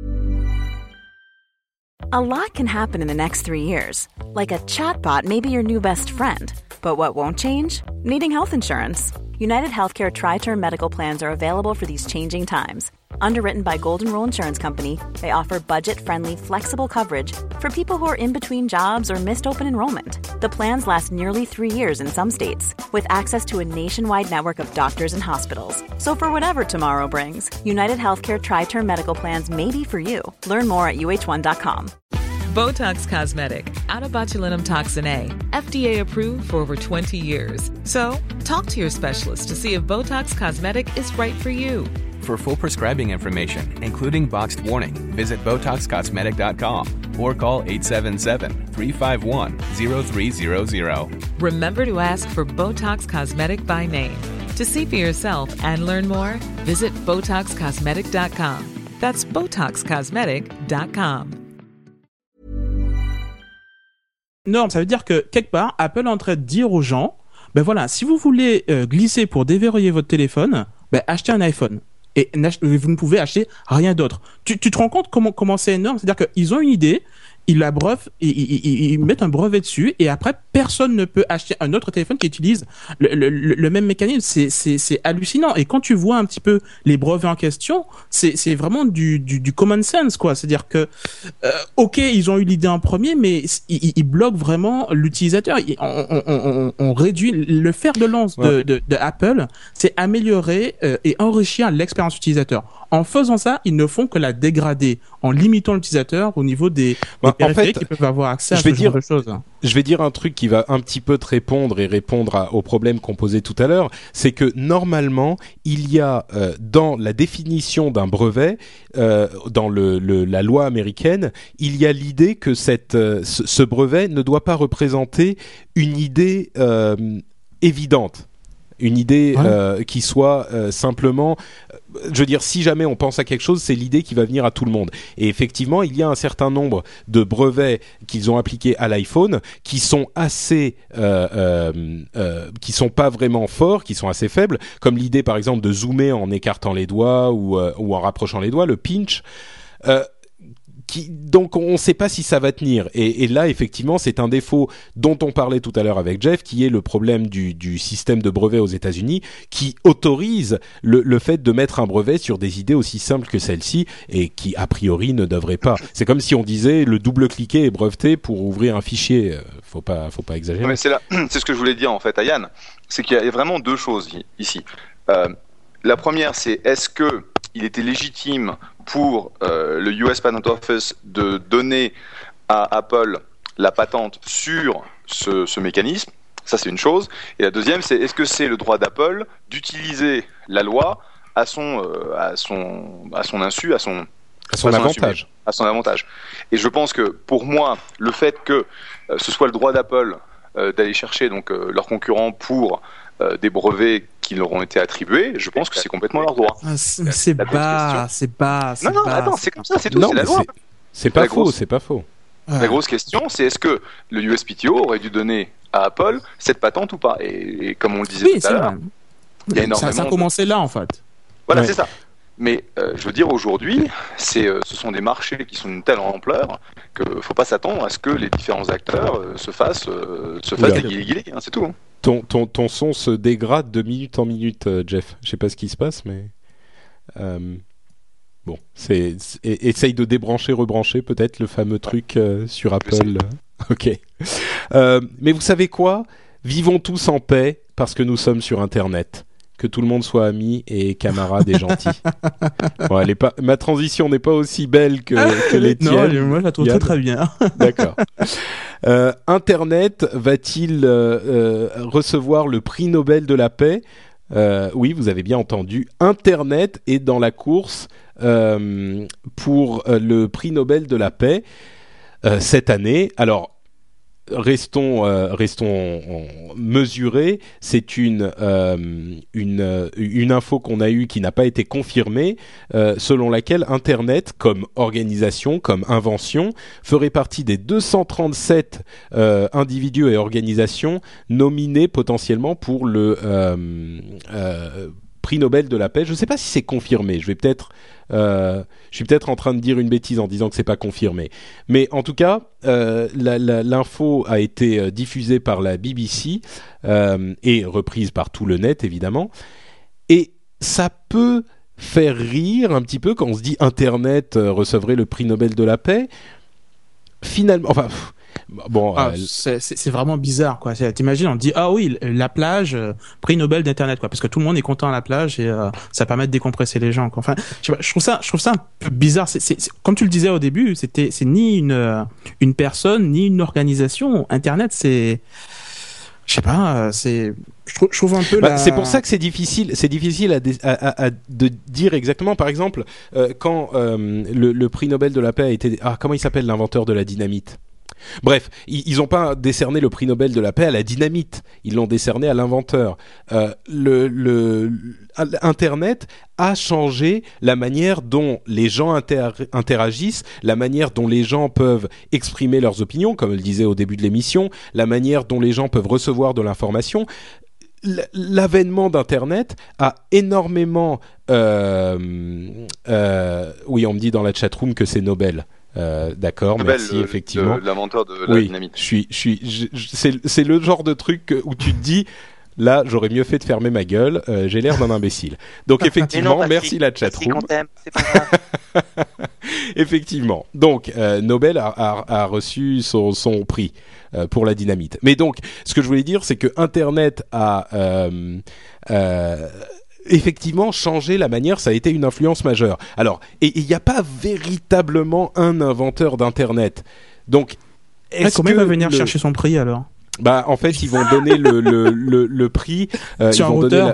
A lot can happen in the next 3 years. Like a chatbot may be your new best friend. But what won't change? Needing health insurance. United Healthcare Tri-Term Medical Plans are available for these changing times. Underwritten by Golden Rule Insurance Company, they offer budget-friendly, flexible coverage for people who are in between jobs or missed open enrollment. The plans last nearly 3 years in some states, with access to a nationwide network of doctors and hospitals. So for whatever tomorrow brings, United Healthcare Tri-Term Medical Plans may be for you. Learn more at uh1.com. Botox Cosmetic, out of botulinum toxin A, FDA approved for over 20 years. So, talk to your specialist to see if Botox Cosmetic is right for you. For full prescribing information, including boxed warning, visit BotoxCosmetic.com or call 877-351-0300. Remember to ask for Botox Cosmetic by name. To see for yourself and learn more, visit BotoxCosmetic.com. That's BotoxCosmetic.com. Non, ça veut dire que quelque part, Apple est en train de dire aux gens, ben voilà, si vous voulez glisser pour déverrouiller votre téléphone, ben achetez un iPhone. Et vous ne pouvez acheter rien d'autre. Tu te rends compte comment c'est énorme? C'est-à-dire qu'ils ont une idée, ils la breuvent, ils mettent un brevet dessus, et après personne ne peut acheter un autre téléphone qui utilise le même mécanisme. C'est hallucinant. Et quand tu vois un petit peu les brevets en question, c'est vraiment du common sense, quoi. C'est-à-dire que ok, ils ont eu l'idée en premier, mais ils bloquent vraiment l'utilisateur. On réduit le fer de lance de Apple, c'est améliorer et enrichir l'expérience utilisateur. En faisant ça, ils ne font que la dégrader en limitant l'utilisateur au niveau des périphériques qui peuvent avoir accès à ce genre de choses. Je vais dire un truc qui va un petit peu te répondre au problème qu'on posait tout à l'heure, c'est que normalement, il y a dans la définition d'un brevet, dans la loi américaine, il y a l'idée que ce brevet ne doit pas représenter une idée évidente. Une idée qui soit simplement... Je veux dire, si jamais on pense à quelque chose, c'est l'idée qui va venir à tout le monde. Et effectivement, il y a un certain nombre de brevets qu'ils ont appliqués à l'iPhone qui sont assez... qui sont pas vraiment forts, qui sont assez faibles, comme l'idée, par exemple, de zoomer en écartant les doigts ou en rapprochant les doigts, le pinch... donc on ne sait pas si ça va tenir. Et là, effectivement, c'est un défaut dont on parlait tout à l'heure avec Jeff, qui est le problème du système de brevet aux États-Unis, qui autorise le fait de mettre un brevet sur des idées aussi simples que celle-ci et qui a priori ne devrait pas. C'est comme si on disait le double-cliquer est breveté pour ouvrir un fichier. Faut pas exagérer. Mais c'est ce que je voulais dire en fait à Yann, c'est qu'il y a vraiment deux choses ici. La première, c'est est-ce que il était légitime pour le US Patent Office de donner à Apple la patente sur ce mécanisme? Ça, c'est une chose. Et la deuxième, c'est est-ce que c'est le droit d'Apple d'utiliser la loi à son insu, à son avantage. Et je pense que pour moi, le fait que ce soit le droit d'Apple d'aller chercher donc leurs concurrents pour des brevets qui leur ont été attribués, je pense que c'est complètement leur droit. C'est pas. Non, attends, c'est comme ça, c'est tout, c'est la loi. C'est pas faux. La grosse question, c'est est-ce que le USPTO aurait dû donner à Apple cette patente ou pas? Et comme on le disait tout à l'heure, il y a énormément. Ça a commencé là, en fait. Voilà, c'est ça. Mais je veux dire, aujourd'hui, ce sont des marchés qui sont d'une telle ampleur qu'il ne faut pas s'attendre à ce que les différents acteurs se fassent des guillis, hein, c'est tout. Hein. Ton son se dégrade de minute en minute, Jeff. Je sais pas ce qui se passe, mais bon, essaye de débrancher, rebrancher peut-être le fameux truc sur Apple. Ok. Mais vous savez quoi ? Vivons tous en paix parce que nous sommes sur Internet. Que tout le monde soit ami et camarade et gentil. Bon, ma transition n'est pas aussi belle que les tiennes. Non, moi je la trouve très bien. D'accord. Internet va-t-il recevoir le prix Nobel de la paix ? Oui, vous avez bien entendu. Internet est dans la course pour le prix Nobel de la paix cette année. Alors, restons mesurés. C'est une info qu'on a eue qui n'a pas été confirmée, selon laquelle Internet, comme organisation, comme invention, ferait partie des 237 individus et organisations nominés potentiellement pour le prix Nobel de la paix. Je ne sais pas si c'est confirmé. Je suis peut-être en train de dire une bêtise en disant que c'est pas confirmé. Mais en tout cas, l'info a été diffusée par la BBC et reprise par tout le net, évidemment. Et ça peut faire rire un petit peu quand on se dit Internet recevrait le prix Nobel de la paix. Finalement, enfin... Bon, c'est vraiment bizarre, quoi. T'imagines, on dit ah oui, la plage, prix Nobel d'internet, quoi, parce que tout le monde est content à la plage et ça permet de décompresser les gens, quoi. Enfin, je trouve ça un peu bizarre. C'est comme tu le disais au début, c'est ni une personne ni une organisation. Internet, c'est, je sais pas, je trouve un peu. C'est pour ça que c'est difficile de dire exactement. Par exemple, quand le prix Nobel de la paix a été, comment il s'appelle l'inventeur de la dynamite? Bref, ils n'ont pas décerné le prix Nobel de la paix à la dynamite, ils l'ont décerné à l'inventeur. Internet a changé la manière dont les gens interagissent, la manière dont les gens peuvent exprimer leurs opinions, comme je le disais au début de l'émission, la manière dont les gens peuvent recevoir de l'information. L'avènement d'Internet a énormément... oui, on me dit dans la chatroom que c'est Nobel. D'accord, Nobel, merci, effectivement. L'inventeur de la dynamite. C'est le genre de truc où tu te dis, là, j'aurais mieux fait de fermer ma gueule, j'ai l'air d'un imbécile. Donc, effectivement, non, merci la chatroom. C'est pas grave. Effectivement. Donc, Nobel a reçu son prix pour la dynamite. Mais donc, ce que je voulais dire, c'est que Internet a... effectivement changer la manière, ça a été une influence majeure. Alors, et il n'y a pas véritablement un inventeur d'Internet. Donc, comment il va venir chercher son prix alors ? Bah, en fait, ils vont donner le prix. Sur un routeur.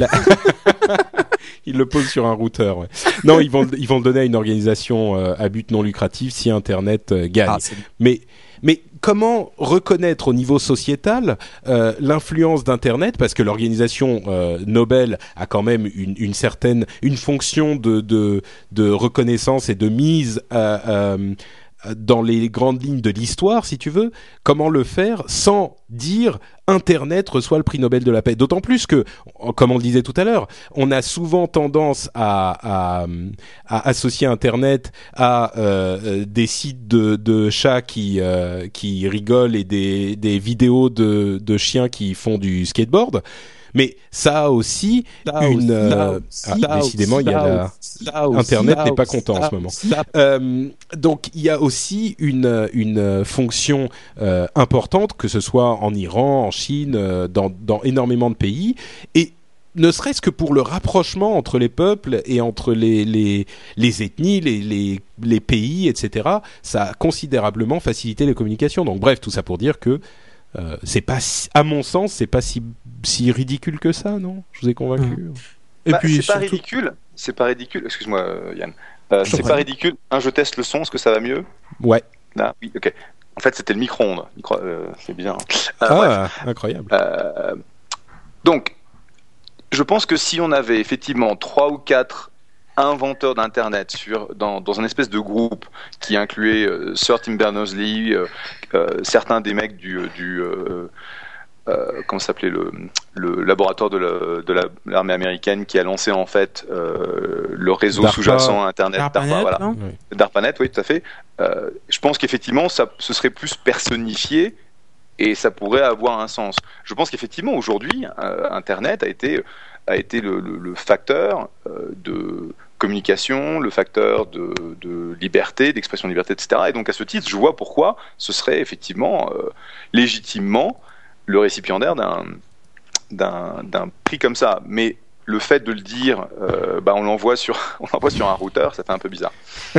Ils le posent sur un routeur. Ouais. Non, ils vont le donner à une organisation à but non lucratif si Internet gagne. Mais comment reconnaître au niveau sociétal l'influence d'Internet, parce que l'organisation Nobel a quand même une fonction de reconnaissance et de mise dans les grandes lignes de l'histoire, si tu veux, comment le faire sans dire Internet reçoit le prix Nobel de la paix. D'autant plus que, comme on le disait tout à l'heure, on a souvent tendance à associer Internet à des sites de chats qui rigolent et des vidéos de chiens qui font du skateboard. Mais ça a aussi décidément, Internet n'est pas content en ce moment. Donc, il y a aussi une fonction importante, que ce soit en Iran, en Chine, dans énormément de pays, et ne serait-ce que pour le rapprochement entre les peuples et entre les ethnies, les pays, etc. Ça a considérablement facilité les communications. Donc, bref, tout ça pour dire que c'est pas, à mon sens, c'est pas si ridicule que ça, non ? Je vous ai convaincu. Et puis c'est surtout... pas ridicule. Excuse-moi, Yann. C'est pas ridicule. Je teste le son. Est-ce que ça va mieux ? Ouais. Là, oui. Ok. En fait, c'était le micro-ondes. C'est bizarre. Incroyable. Donc, je pense que si on avait effectivement 3 ou 4 inventeurs d'Internet dans un espèce de groupe qui incluait Sir Tim Berners-Lee, certains des mecs du comment s'appelait le laboratoire de l'armée américaine qui a lancé en fait le réseau sous-jacent Internet, DARPANET, voilà. Oui. DARPANET, oui, tout à fait. Je pense qu'effectivement, ce serait plus personnifié et ça pourrait avoir un sens. Je pense qu'effectivement, aujourd'hui, Internet a été le facteur de communication, le facteur de liberté, d'expression de liberté, etc. Et donc, à ce titre, je vois pourquoi ce serait effectivement légitimement le récipiendaire d'un prix comme ça. Mais le fait de le dire, on l'envoie sur un routeur, ça fait un peu bizarre.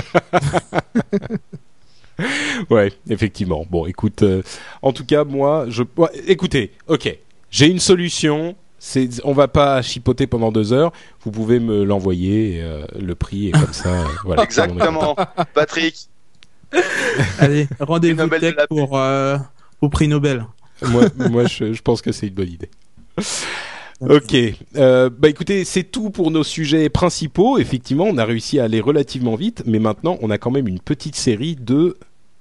Ouais, effectivement. Bon, écoute, en tout cas, moi, écoutez, ok, j'ai une solution. On va pas chipoter pendant 2 heures. Vous pouvez me l'envoyer. Le prix est comme ça. Voilà. Exactement, Patrick. Allez, rendez-vous tech au prix Nobel. Moi, je pense que c'est une bonne idée. Ok. Écoutez, c'est tout pour nos sujets principaux. Effectivement, on a réussi à aller relativement vite, mais maintenant, on a quand même une petite série de...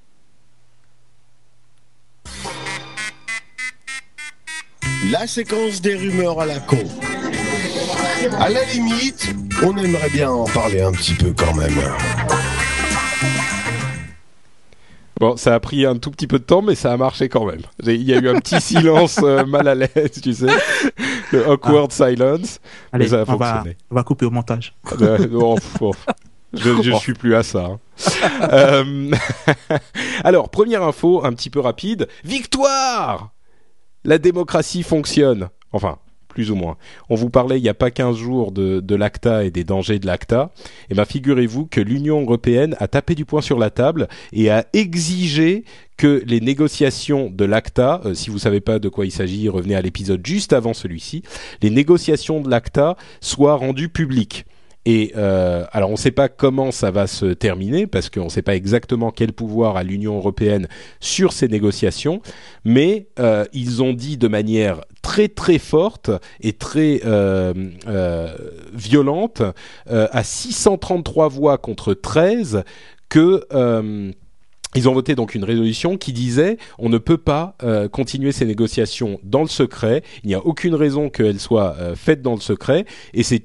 La séquence des rumeurs à la con. À la limite, on aimerait bien en parler un petit peu quand même. Bon, ça a pris un tout petit peu de temps, mais ça a marché quand même. Il y a eu un petit silence mal à l'aise, tu sais, le awkward silence. Allez, mais ça a fonctionné. On va couper au montage. Je suis plus à ça. Alors, première info, un petit peu rapide. Victoire ! La démocratie fonctionne. Enfin, plus ou moins. On vous parlait il n'y a pas 15 jours de l'ACTA et des dangers de l'ACTA. Eh bien, figurez-vous que l'Union européenne a tapé du poing sur la table et a exigé que les négociations de l'ACTA, si vous ne savez pas de quoi il s'agit, revenez à l'épisode juste avant celui-ci, les négociations de l'ACTA soient rendues publiques. Et alors on ne sait pas comment ça va se terminer parce qu'on ne sait pas exactement quel pouvoir a l'Union européenne sur ces négociations, mais ils ont dit de manière très très forte et très violente à 633 voix contre 13 que ils ont voté donc une résolution qui disait on ne peut pas continuer ces négociations dans le secret. Il n'y a aucune raison qu'elles soient faites dans le secret et c'est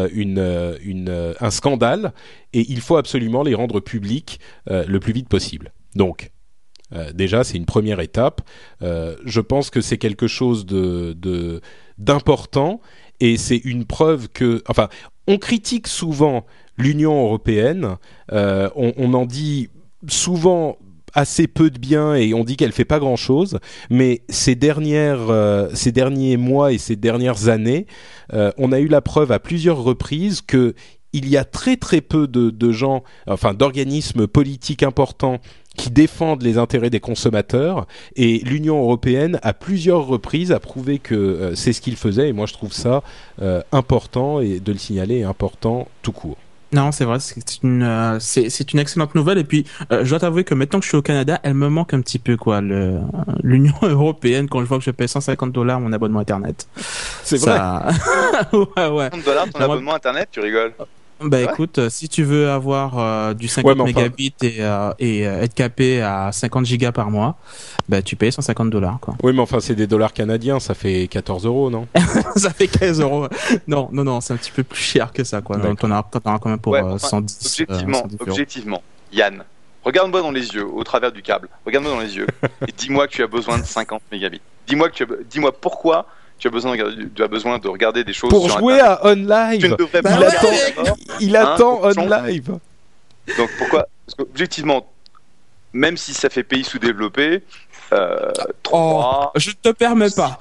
un scandale et il faut absolument les rendre publiques le plus vite possible. Donc déjà c'est une première étape. Je pense que c'est quelque chose d'important et c'est une preuve que on critique souvent l'Union européenne. On en dit souvent assez peu de bien et on dit qu'elle fait pas grand-chose, mais ces derniers mois et ces dernières années, on a eu la preuve à plusieurs reprises que il y a très très peu de gens, d'organismes politiques importants qui défendent les intérêts des consommateurs et l'Union européenne à plusieurs reprises a prouvé que c'est ce qu'il faisait et moi je trouve ça important et de le signaler est important tout court. Non, c'est vrai, c'est une excellente nouvelle. Et puis, je dois t'avouer que maintenant que je suis au Canada, elle me manque un petit peu, quoi, l'Union européenne, quand je vois que je paye $150 mon abonnement Internet. C'est vrai. Ouais. $150 ton abonnement Internet, tu rigoles? Bah écoute, si tu veux avoir du 50 mégabits et être capé à 50 gigas par mois, bah tu payes $150 quoi. Oui, mais enfin c'est des dollars canadiens, ça fait 14 €, non? Ça fait 15 €. Non, c'est un petit peu plus cher que ça quoi. Donc t'en auras quand même pour 110. Objectivement, Yann, regarde-moi dans les yeux, au travers du câble. Regarde-moi dans les yeux et dis-moi que tu as besoin de 50 mégabits. Dis-moi pourquoi tu as besoin de regarder des choses pour sur jouer Internet. à OnLive. Tu ne devrais pas il attend OnLive. Donc pourquoi? Parce qu'objectivement, même si ça fait pays sous-développé, 3... je te permets pas.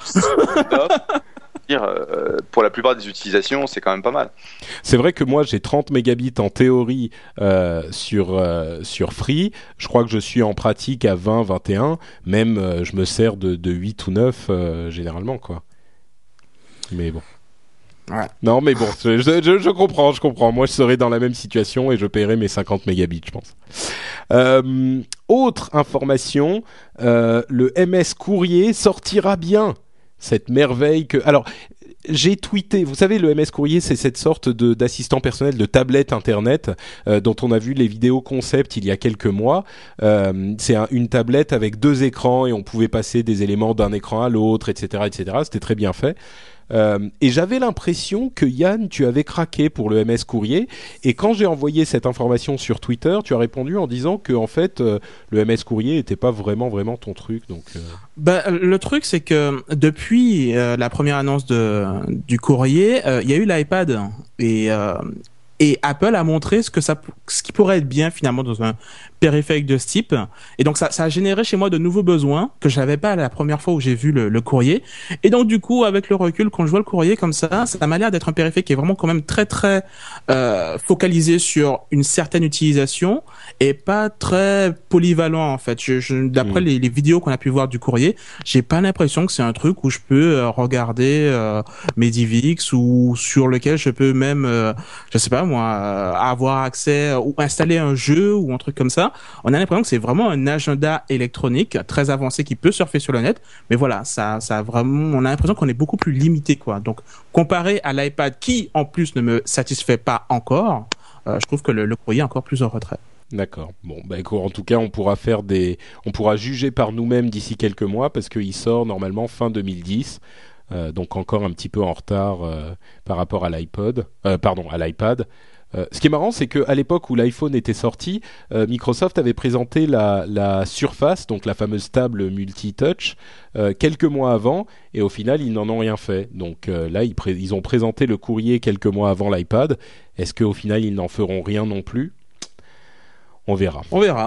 Pour la plupart des utilisations, c'est quand même pas mal. C'est vrai que moi, j'ai 30 mégabits en théorie sur Free. Je crois que je suis en pratique à 20, 21. Même, je me sers de 8 ou 9 généralement, quoi. Mais bon. Ouais. Non, mais bon, je comprends. Moi, je serais dans la même situation et je paierais mes 50 mégabits, je pense. Autre information, le MS Courrier sortira bien. Cette merveille que... Alors, j'ai tweeté, vous savez, le MS Courrier, c'est cette sorte d'assistant personnel, de tablette Internet, dont on a vu les vidéos concept il y a quelques mois. C'est une tablette avec 2 écrans et on pouvait passer des éléments d'un écran à l'autre, etc., etc. C'était très bien fait. Et j'avais l'impression que Yann, tu avais craqué pour le MS Courrier, et quand j'ai envoyé cette information sur Twitter, tu as répondu en disant que en fait le MS Courrier n'était pas vraiment ton truc. Donc le truc c'est que depuis la première annonce du courrier, il y a eu l'iPad et Apple a montré ce qui pourrait être bien finalement dans un périphérique de ce type. Et donc ça a généré chez moi de nouveaux besoins que je n'avais pas la première fois où j'ai vu le courrier. Et donc du coup, avec le recul, quand je vois le courrier comme ça m'a l'air d'être un périphérique qui est vraiment quand même très très focalisé sur une certaine utilisation et pas très polyvalent en fait. D'après les vidéos qu'on a pu voir du courrier, j'ai pas l'impression que c'est un truc où je peux regarder mes DivX ou sur lequel je peux même, je sais pas moi, avoir accès ou installer un jeu ou un truc comme ça. On a l'impression que c'est vraiment un agenda électronique très avancé qui peut surfer sur le net, mais voilà, ça vraiment, on a l'impression qu'on est beaucoup plus limité quoi. Donc comparé à l'iPad qui en plus ne me satisfait pas encore, je trouve que le courrier est encore plus en retrait. D'accord. Bon, bah en tout cas, on pourra juger par nous-mêmes d'ici quelques mois parce qu'il sort normalement fin 2010. Donc encore un petit peu en retard par rapport à l'iPad. Ce qui est marrant, c'est qu'à l'époque où l'iPhone était sorti, Microsoft avait présenté la Surface, donc la fameuse table multi-touch, quelques mois avant, et au final, ils n'en ont rien fait. Donc là, ils ont présenté le courrier quelques mois avant l'iPad. Est-ce qu'au final, ils n'en feront rien non plus ? On verra.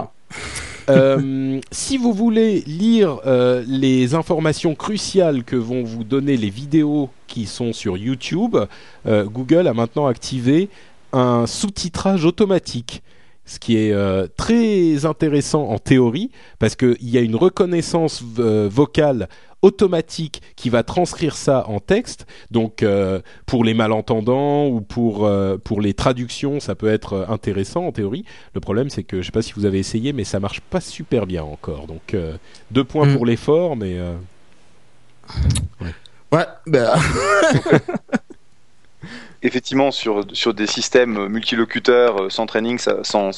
Si vous voulez lire les informations cruciales que vont vous donner les vidéos qui sont sur YouTube, Google a maintenant activé un sous-titrage automatique, ce qui est très intéressant en théorie, parce qu'il y a une reconnaissance vocale automatique qui va transcrire ça en texte. Donc pour les malentendants ou pour les traductions, ça peut être intéressant en théorie. Le problème, c'est que je sais pas si vous avez essayé, mais ça marche pas super bien encore. Donc 2 points pour l'effort, mais ouais. Effectivement, sur des systèmes multilocuteurs sans training, sans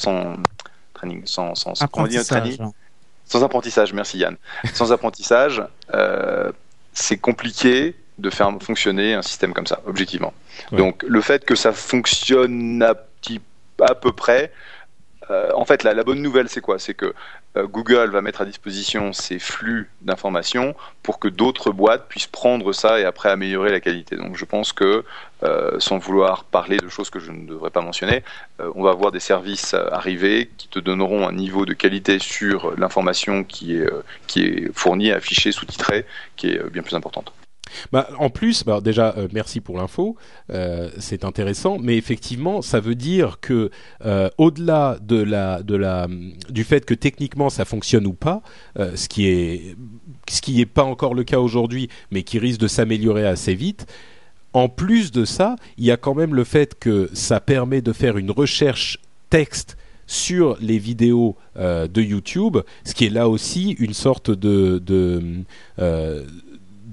apprentissage, merci Yann. Sans apprentissage, c'est compliqué de faire fonctionner un système comme ça, objectivement. Ouais. Donc le fait que ça fonctionne à peu près, en fait la bonne nouvelle c'est quoi ? C'est que Google va mettre à disposition ces flux d'informations pour que d'autres boîtes puissent prendre ça et après améliorer la qualité. Donc je pense que, sans vouloir parler de choses que je ne devrais pas mentionner, on va avoir des services arriver qui te donneront un niveau de qualité sur l'information qui est fournie, affichée, sous-titrée, qui est bien plus importante. Bah, en plus, déjà, merci pour l'info, c'est intéressant, mais effectivement, ça veut dire que au-delà du fait que techniquement ça fonctionne ou pas, ce qui est pas encore le cas aujourd'hui, mais qui risque de s'améliorer assez vite. En plus de ça, il y a quand même le fait que ça permet de faire une recherche texte sur les vidéos de YouTube, ce qui est là aussi une sorte de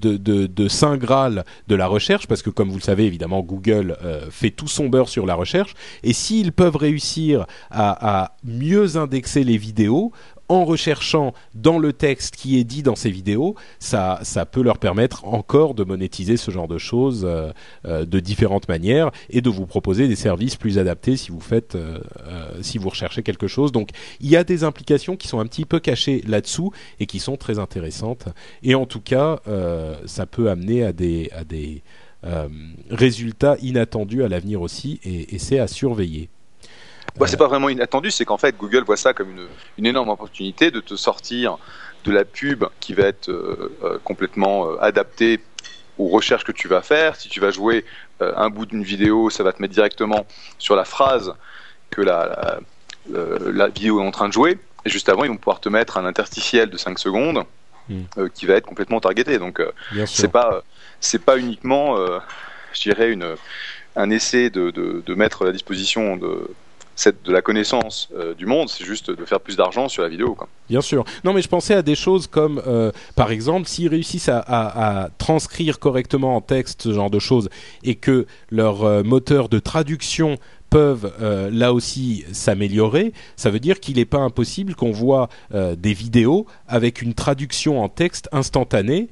de saint graal de la recherche, parce que comme vous le savez, évidemment, Google fait tout son beurre sur la recherche, et s'ils peuvent réussir à mieux indexer les vidéos, en recherchant dans le texte qui est dit dans ces vidéos, ça peut leur permettre encore de monétiser ce genre de choses de différentes manières et de vous proposer des services plus adaptés si vous recherchez quelque chose. Donc, il y a des implications qui sont un petit peu cachées là-dessous et qui sont très intéressantes. Et en tout cas, ça peut amener à des résultats inattendus à l'avenir aussi, et c'est à surveiller. C'est pas vraiment inattendu, c'est qu'en fait Google voit ça comme une énorme opportunité de te sortir de la pub qui va être complètement adaptée aux recherches que tu vas faire. Si tu vas jouer un bout d'une vidéo, ça va te mettre directement sur la phrase que la vidéo est en train de jouer, et juste avant ils vont pouvoir te mettre un interstitiel de 5 secondes qui va être complètement targeté. Donc c'est pas uniquement je dirais un essai de mettre à la disposition de la connaissance du monde, c'est juste de faire plus d'argent sur la vidéo, quoi. Bien sûr. Non, mais je pensais à des choses comme, par exemple, s'ils réussissent à transcrire correctement en texte ce genre de choses, et que leur moteur de traduction peuvent là aussi s'améliorer, ça veut dire qu'il n'est pas impossible qu'on voit des vidéos avec une traduction en texte instantanée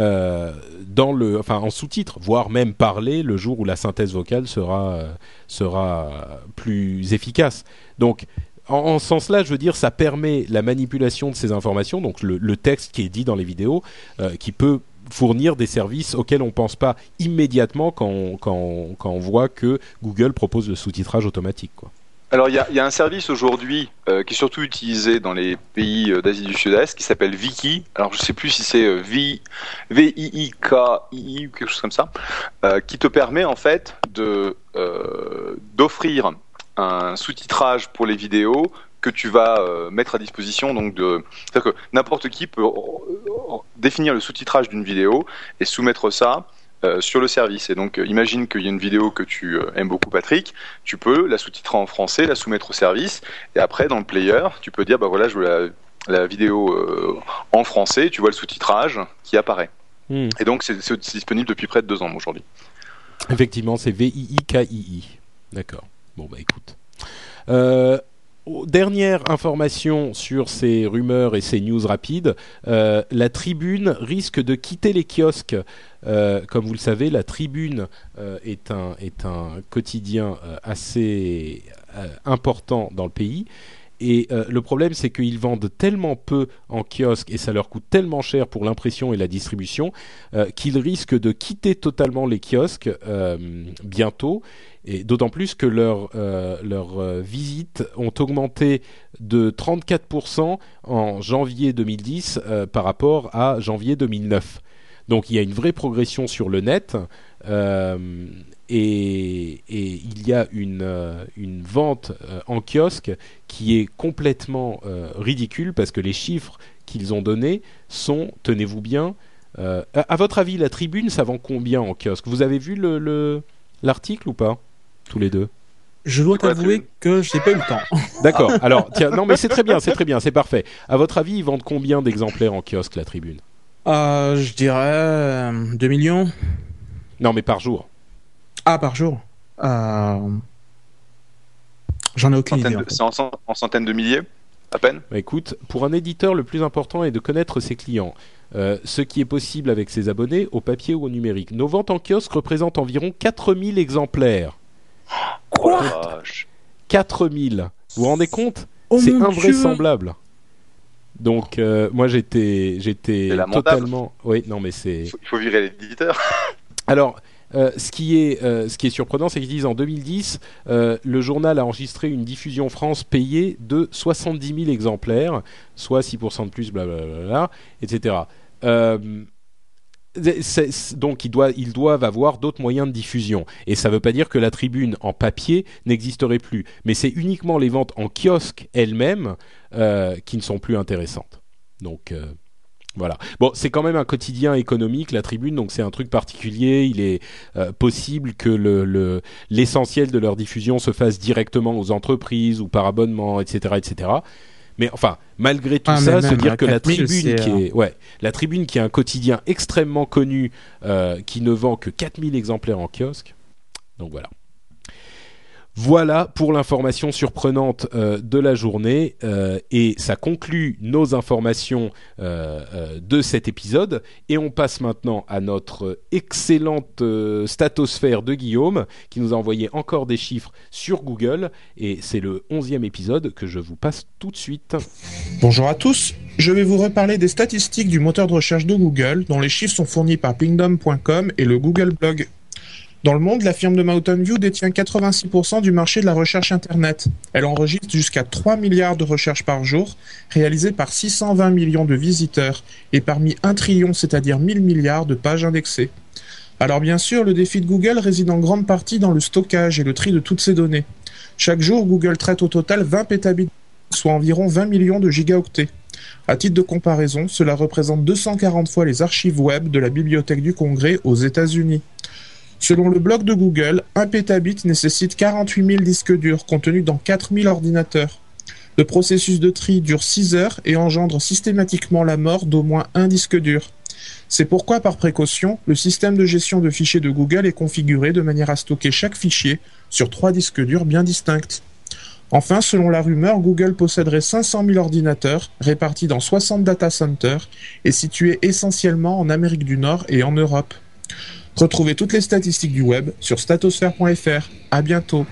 en sous-titres, voire même parler le jour où la synthèse vocale sera plus efficace. Donc, en ce sens-là, je veux dire, ça permet la manipulation de ces informations, donc le texte qui est dit dans les vidéos, qui peut fournir des services auxquels on ne pense pas immédiatement quand on voit que Google propose le sous-titrage automatique, quoi. Alors il y a un service aujourd'hui qui est surtout utilisé dans les pays d'Asie du Sud-Est qui s'appelle Viki. Alors je sais plus si c'est VIIKII ou quelque chose comme ça, qui te permet en fait d'offrir un sous-titrage pour les vidéos que tu vas mettre à disposition. Donc c'est-à-dire que n'importe qui peut définir le sous-titrage d'une vidéo et soumettre ça sur le service. Et donc imagine qu'il y a une vidéo que tu aimes beaucoup, Patrick, tu peux la sous-titrer en français, la soumettre au service, et après dans le player tu peux dire voilà, je veux la vidéo en français, tu vois le sous-titrage qui apparaît. Et donc c'est disponible depuis près de 2 ans aujourd'hui. Effectivement, c'est VIIKII. D'accord. Bon écoute, dernière information sur ces rumeurs et ces news rapides, la Tribune risque de quitter les kiosques. Comme vous le savez, la Tribune est un quotidien assez important dans le pays. Et le problème, c'est qu'ils vendent tellement peu en kiosque et ça leur coûte tellement cher pour l'impression et la distribution qu'ils risquent de quitter totalement les kiosques bientôt. Et d'autant plus que leurs visites ont augmenté de 34% en janvier 2010 par rapport à janvier 2009. Donc il y a une vraie progression sur le net et il y a une vente en kiosque qui est complètement ridicule parce que les chiffres qu'ils ont donnés sont, tenez-vous bien, à votre avis, la Tribune, ça vend combien en kiosque ? Vous avez vu l'article ou pas ? Tous les deux. Je dois t'avouer que je n'ai pas eu le temps. D'accord. Alors, tiens, non mais c'est très bien, c'est parfait. À votre avis, ils vendent combien d'exemplaires en kiosque, la Tribune ? Je dirais 2 millions. Non, mais par jour. Ah, par jour. J'en ai aucune idée. C'est en centaines de milliers, à peine. Bah, écoute, pour un éditeur, le plus important est de connaître ses clients. Ce qui est possible avec ses abonnés, au papier ou au numérique. Nos ventes en kiosque représentent environ 4000 exemplaires. Quoi ? 4000. Vous vous rendez compte ? C'est invraisemblable. Donc moi j'étais totalement. Oui, non mais c'est. Il faut virer l'éditeur. Alors ce qui est surprenant, c'est qu'ils disent en 2010, le journal a enregistré une diffusion France payée de 70 000 exemplaires, soit 6% de plus, blablabla, etc. Donc ils doivent avoir d'autres moyens de diffusion et ça ne veut pas dire que la Tribune en papier n'existerait plus, mais c'est uniquement les ventes en kiosque elles-mêmes qui ne sont plus intéressantes. Donc voilà. Bon, c'est quand même un quotidien économique, la Tribune, donc c'est un truc particulier. Il est possible que l'essentiel de leur diffusion se fasse directement aux entreprises ou par abonnement, etc., etc. Mais enfin, malgré tout ça, se dire que la Tribune, la Tribune qui est un quotidien extrêmement connu, qui ne vend que 4000 exemplaires en kiosque. Donc voilà. Voilà pour l'information surprenante de la journée et ça conclut nos informations de cet épisode et on passe maintenant à notre excellente statosphère de Guillaume qui nous a envoyé encore des chiffres sur Google et c'est le 11e épisode que je vous passe tout de suite. Bonjour à tous, je vais vous reparler des statistiques du moteur de recherche de Google dont les chiffres sont fournis par pingdom.com et le Google Blog. Dans le monde, la firme de Mountain View détient 86% du marché de la recherche Internet. Elle enregistre jusqu'à 3 milliards de recherches par jour, réalisées par 620 millions de visiteurs, et parmi 1 trillion, c'est-à-dire 1000 milliards de pages indexées. Alors bien sûr, le défi de Google réside en grande partie dans le stockage et le tri de toutes ces données. Chaque jour, Google traite au total 20 pétabits, soit environ 20 millions de gigaoctets. À titre de comparaison, cela représente 240 fois les archives web de la Bibliothèque du Congrès aux États-Unis. Selon le blog de Google, 1 pétabit nécessite 48 000 disques durs contenus dans 4000 ordinateurs. Le processus de tri dure 6 heures et engendre systématiquement la mort d'au moins un disque dur. C'est pourquoi, par précaution, le système de gestion de fichiers de Google est configuré de manière à stocker chaque fichier sur 3 disques durs bien distincts. Enfin, selon la rumeur, Google posséderait 500 000 ordinateurs répartis dans 60 data centers et situés essentiellement en Amérique du Nord et en Europe. Retrouvez toutes les statistiques du web sur statosphère.fr. À bientôt.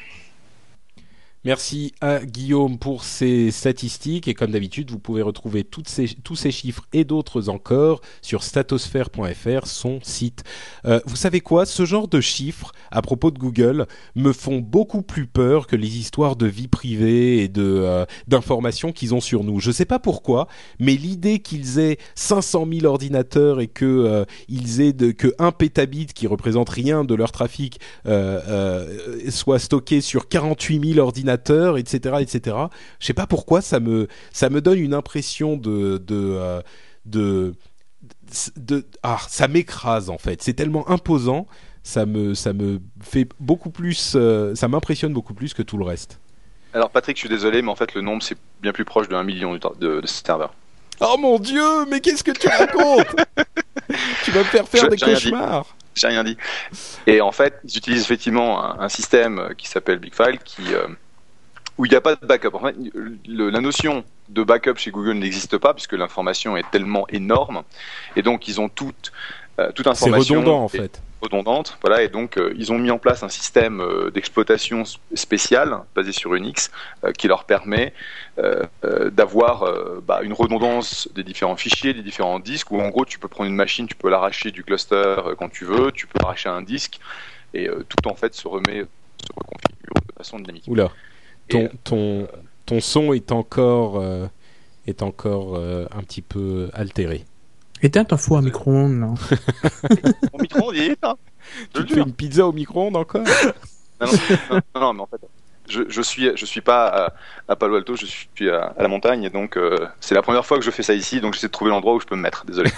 Merci à Guillaume pour ces statistiques et comme d'habitude, vous pouvez retrouver tous ces chiffres et d'autres encore sur statosphère.fr, son site. Vous savez quoi ? Ce genre de chiffres à propos de Google me font beaucoup plus peur que les histoires de vie privée et d'informations qu'ils ont sur nous. Je ne sais pas pourquoi, mais l'idée qu'ils aient 500 000 ordinateurs et qu'ils aient que 1 pétabit qui représente rien de leur trafic soit stocké sur 48 000 ordinateurs, etc. Je sais pas pourquoi ça me donne une impression ça m'écrase en fait. C'est tellement imposant, ça me fait beaucoup plus, ça m'impressionne beaucoup plus que tout le reste. Alors Patrick, je suis désolé, mais en fait le nombre c'est bien plus proche de 1 million de serveurs. Oh mon Dieu, mais qu'est-ce que tu racontes? Tu vas me faire des cauchemars. J'ai rien dit. Et en fait, ils utilisent effectivement un système qui s'appelle BigFile où il n'y a pas de backup. En fait, la notion de backup chez Google n'existe pas puisque l'information est tellement énorme. Et donc, ils ont toute information. C'est redondant, en fait. Redondante, voilà. Et donc, ils ont mis en place un système d'exploitation spécial basé sur Unix qui leur permet d'avoir une redondance des différents fichiers, des différents disques. Où en gros, tu peux prendre une machine, tu peux l'arracher du cluster quand tu veux, tu peux arracher un disque et tout en fait se reconfigure de façon dynamique. Oula. Ton son est encore un petit peu altéré. Éteins ton four à micro-ondes, non? Mon micro-ondes, il est éteint. Tu te fais une pizza au micro-ondes encore? Non, mais en fait, je suis pas à Palo Alto, je suis à la montagne, et donc c'est la première fois que je fais ça ici, donc j'essaie de trouver l'endroit où je peux me mettre. Désolé.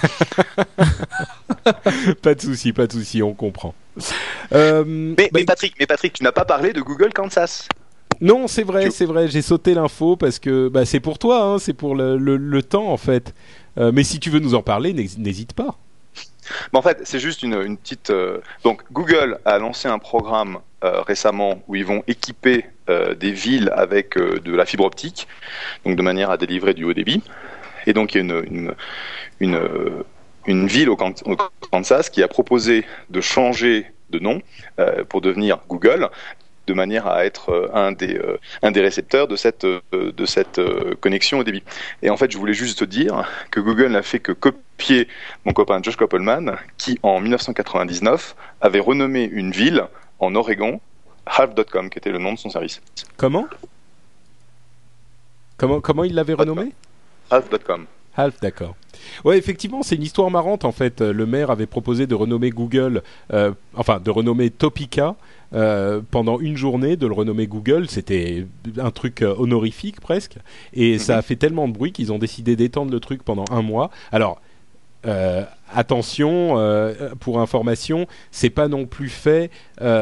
Pas de souci, on comprend. Mais Patrick, tu n'as pas parlé de Google Kansas. Non, c'est vrai, j'ai sauté l'info parce que c'est pour toi, hein, c'est pour le temps en fait. Mais si tu veux nous en parler, n'hésite pas. En fait, c'est juste une petite... Donc, Google a lancé un programme récemment où ils vont équiper des villes avec de la fibre optique, donc de manière à délivrer du haut débit. Et donc, il y a une ville au Kansas qui a proposé de changer de nom pour devenir Google, de manière à être un des récepteurs de cette connexion au débit. Et en fait, je voulais juste te dire que Google n'a fait que copier mon copain Josh Koppelman, qui en 1999 avait renommé une ville en Oregon Half.com, qui était le nom de son service. Comment il l'avait renommé? Half.com. Half, d'accord. Ouais, effectivement, c'est une histoire marrante en fait. Le maire avait proposé de renommer Google, de renommer Topeka pendant une journée, de le renommer Google. C'était un truc honorifique presque. Et ça a fait tellement de bruit qu'ils ont décidé d'étendre le truc pendant un mois. Alors, attention, pour information, c'est pas non plus fait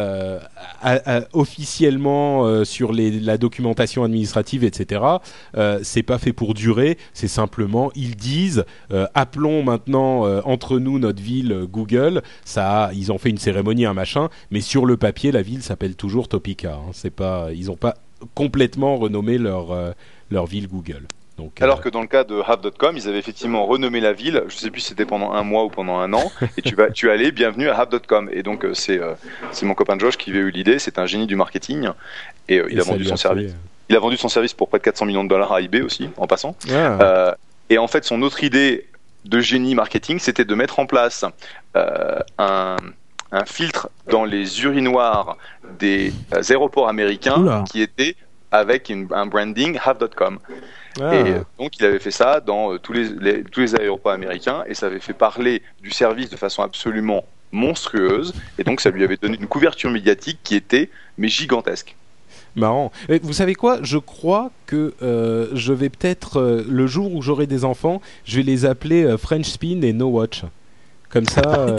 officiellement sur la documentation administrative, etc. C'est pas fait pour durer. C'est simplement, ils disent, appelons maintenant entre nous notre ville Google. Ils ont fait une cérémonie, un machin, mais sur le papier, la ville s'appelle toujours Topeka. Hein. C'est pas, ils ont pas complètement renommé leur ville Google. Donc, alors que dans le cas de Hub.com, ils avaient effectivement renommé la ville, je sais plus si c'était pendant un mois ou pendant un an, et tu allais, bienvenue à Hub.com. Et donc c'est mon copain Josh qui avait eu l'idée, c'est un génie du marketing, et il a vendu son service. Il a vendu son service pour près de $400 millions à eBay aussi, en passant. Et en fait, son autre idée de génie marketing, c'était de mettre en place un filtre dans les urinoirs des aéroports américains qui était avec un branding Hub.com. Et donc il avait fait ça dans tous les aéroports américains, et ça avait fait parler du service de façon absolument monstrueuse, et donc ça lui avait donné une couverture médiatique qui était gigantesque. Marrant. Et vous savez quoi ? Je crois que je vais peut-être, le jour où j'aurai des enfants, je vais les appeler French Spin et No Watch. Comme ça...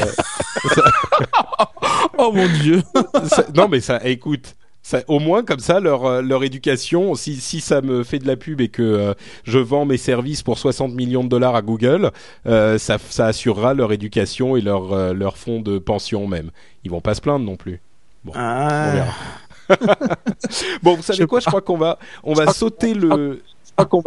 Oh mon Dieu. Non mais ça, écoute... Ça, au moins comme ça leur éducation, si ça me fait de la pub et que je vends mes services pour $60 millions à Google, ça assurera leur éducation et leur fonds de pension même. Ils vont pas se plaindre non plus. Bon, on verra. Bon, vous savez quoi ? Je crois qu'on va sauter le... On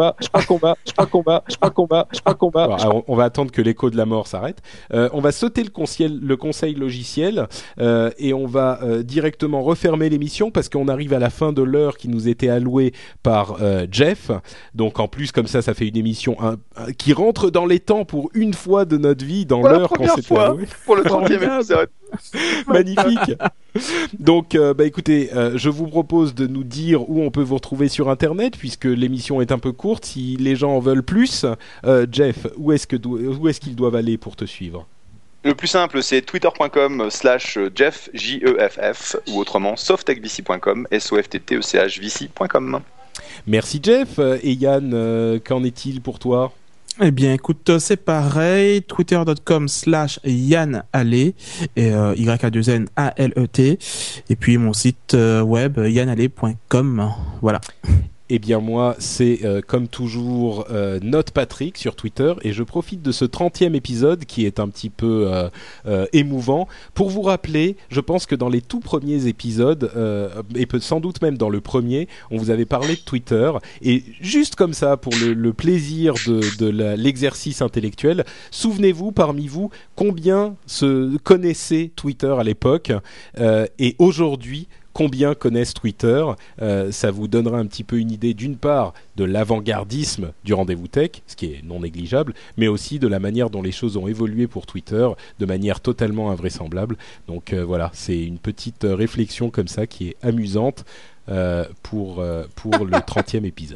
va attendre que l'écho de la mort s'arrête. On va sauter le conseil logiciel et on va directement refermer l'émission parce qu'on arrive à la fin de l'heure qui nous était allouée par Jeff. Donc en plus comme ça fait une émission qui rentre dans les temps pour une fois de notre vie dans l'heure qu'on s'était allouée. Pour le 30e épisode. Magnifique. Donc, écoutez, je vous propose de nous dire où on peut vous retrouver sur Internet, puisque l'émission est un peu courte. Si les gens en veulent plus, Jeff, où est-ce qu'ils doivent aller pour te suivre ? Le plus simple, c'est twitter.com/Jeff, Jeff, ou autrement softtechvc.com, softtechvc.com. Merci Jeff. Et Yann, qu'en est-il pour toi ? Eh bien, écoute, c'est pareil, twitter.com/Yann Allet, et YA2NALET, et puis mon site web, yannalet.com, voilà. Eh bien moi, c'est comme toujours Note Patrick sur Twitter, et je profite de ce 30e épisode qui est un petit peu émouvant pour vous rappeler, je pense que dans les tout premiers épisodes, et sans doute même dans le premier, on vous avait parlé de Twitter, et juste comme ça, pour le plaisir de l'exercice intellectuel, souvenez-vous parmi vous combien se connaissait Twitter à l'époque, et aujourd'hui, combien connaissent Twitter. Ça vous donnera un petit peu une idée d'une part de l'avant-gardisme du rendez-vous tech, ce qui est non négligeable, mais aussi de la manière dont les choses ont évolué pour Twitter de manière totalement invraisemblable. Donc voilà, c'est une petite réflexion comme ça qui est amusante pour le 30e épisode.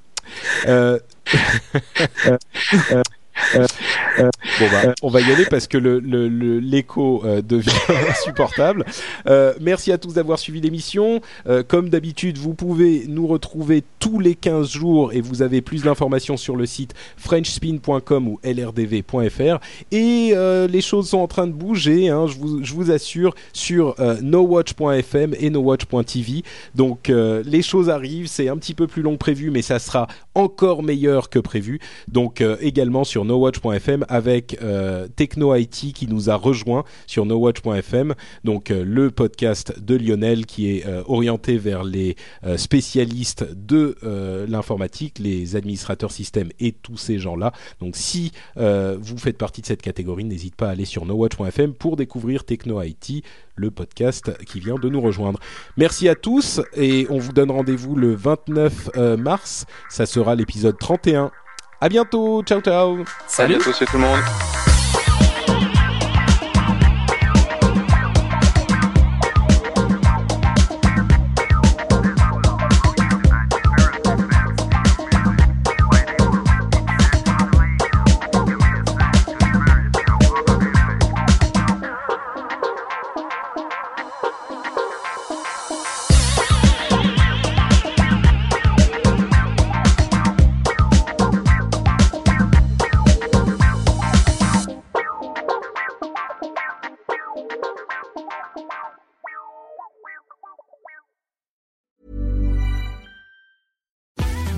On va y aller parce que l'écho devient insupportable. Merci à tous d'avoir suivi l'émission. Comme d'habitude, vous pouvez nous retrouver tous les 15 jours et vous avez plus d'informations sur le site frenchspin.com ou lrdv.fr. Et les choses sont en train de bouger, hein, je vous assure, sur nowatch.fm et nowatch.tv. Donc les choses arrivent, c'est un petit peu plus long que prévu, mais ça sera encore meilleur que prévu. Donc également sur nowatch.fm avec Techno IT qui nous a rejoint sur nowatch.fm, donc le podcast de Lionel qui est orienté vers les spécialistes de l'informatique, les administrateurs système et tous ces gens-là. Donc si vous faites partie de cette catégorie, n'hésitez pas à aller sur nowatch.fm pour découvrir Techno IT, le podcast qui vient de nous rejoindre. Merci à tous et on vous donne rendez-vous le 29 mars, ça sera l'épisode 31. À bientôt, ciao ciao. Salut à tous et tout le monde.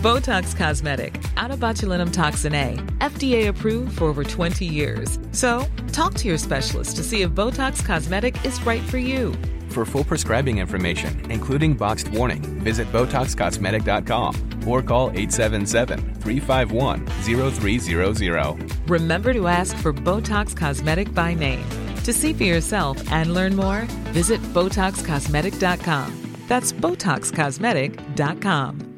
Botox Cosmetic, out of botulinum toxin A, FDA approved for over 20 years. So, talk to your specialist to see if Botox Cosmetic is right for you. For full prescribing information, including boxed warning, visit BotoxCosmetic.com or call 877-351-0300. Remember to ask for Botox Cosmetic by name. To see for yourself and learn more, visit BotoxCosmetic.com. That's BotoxCosmetic.com.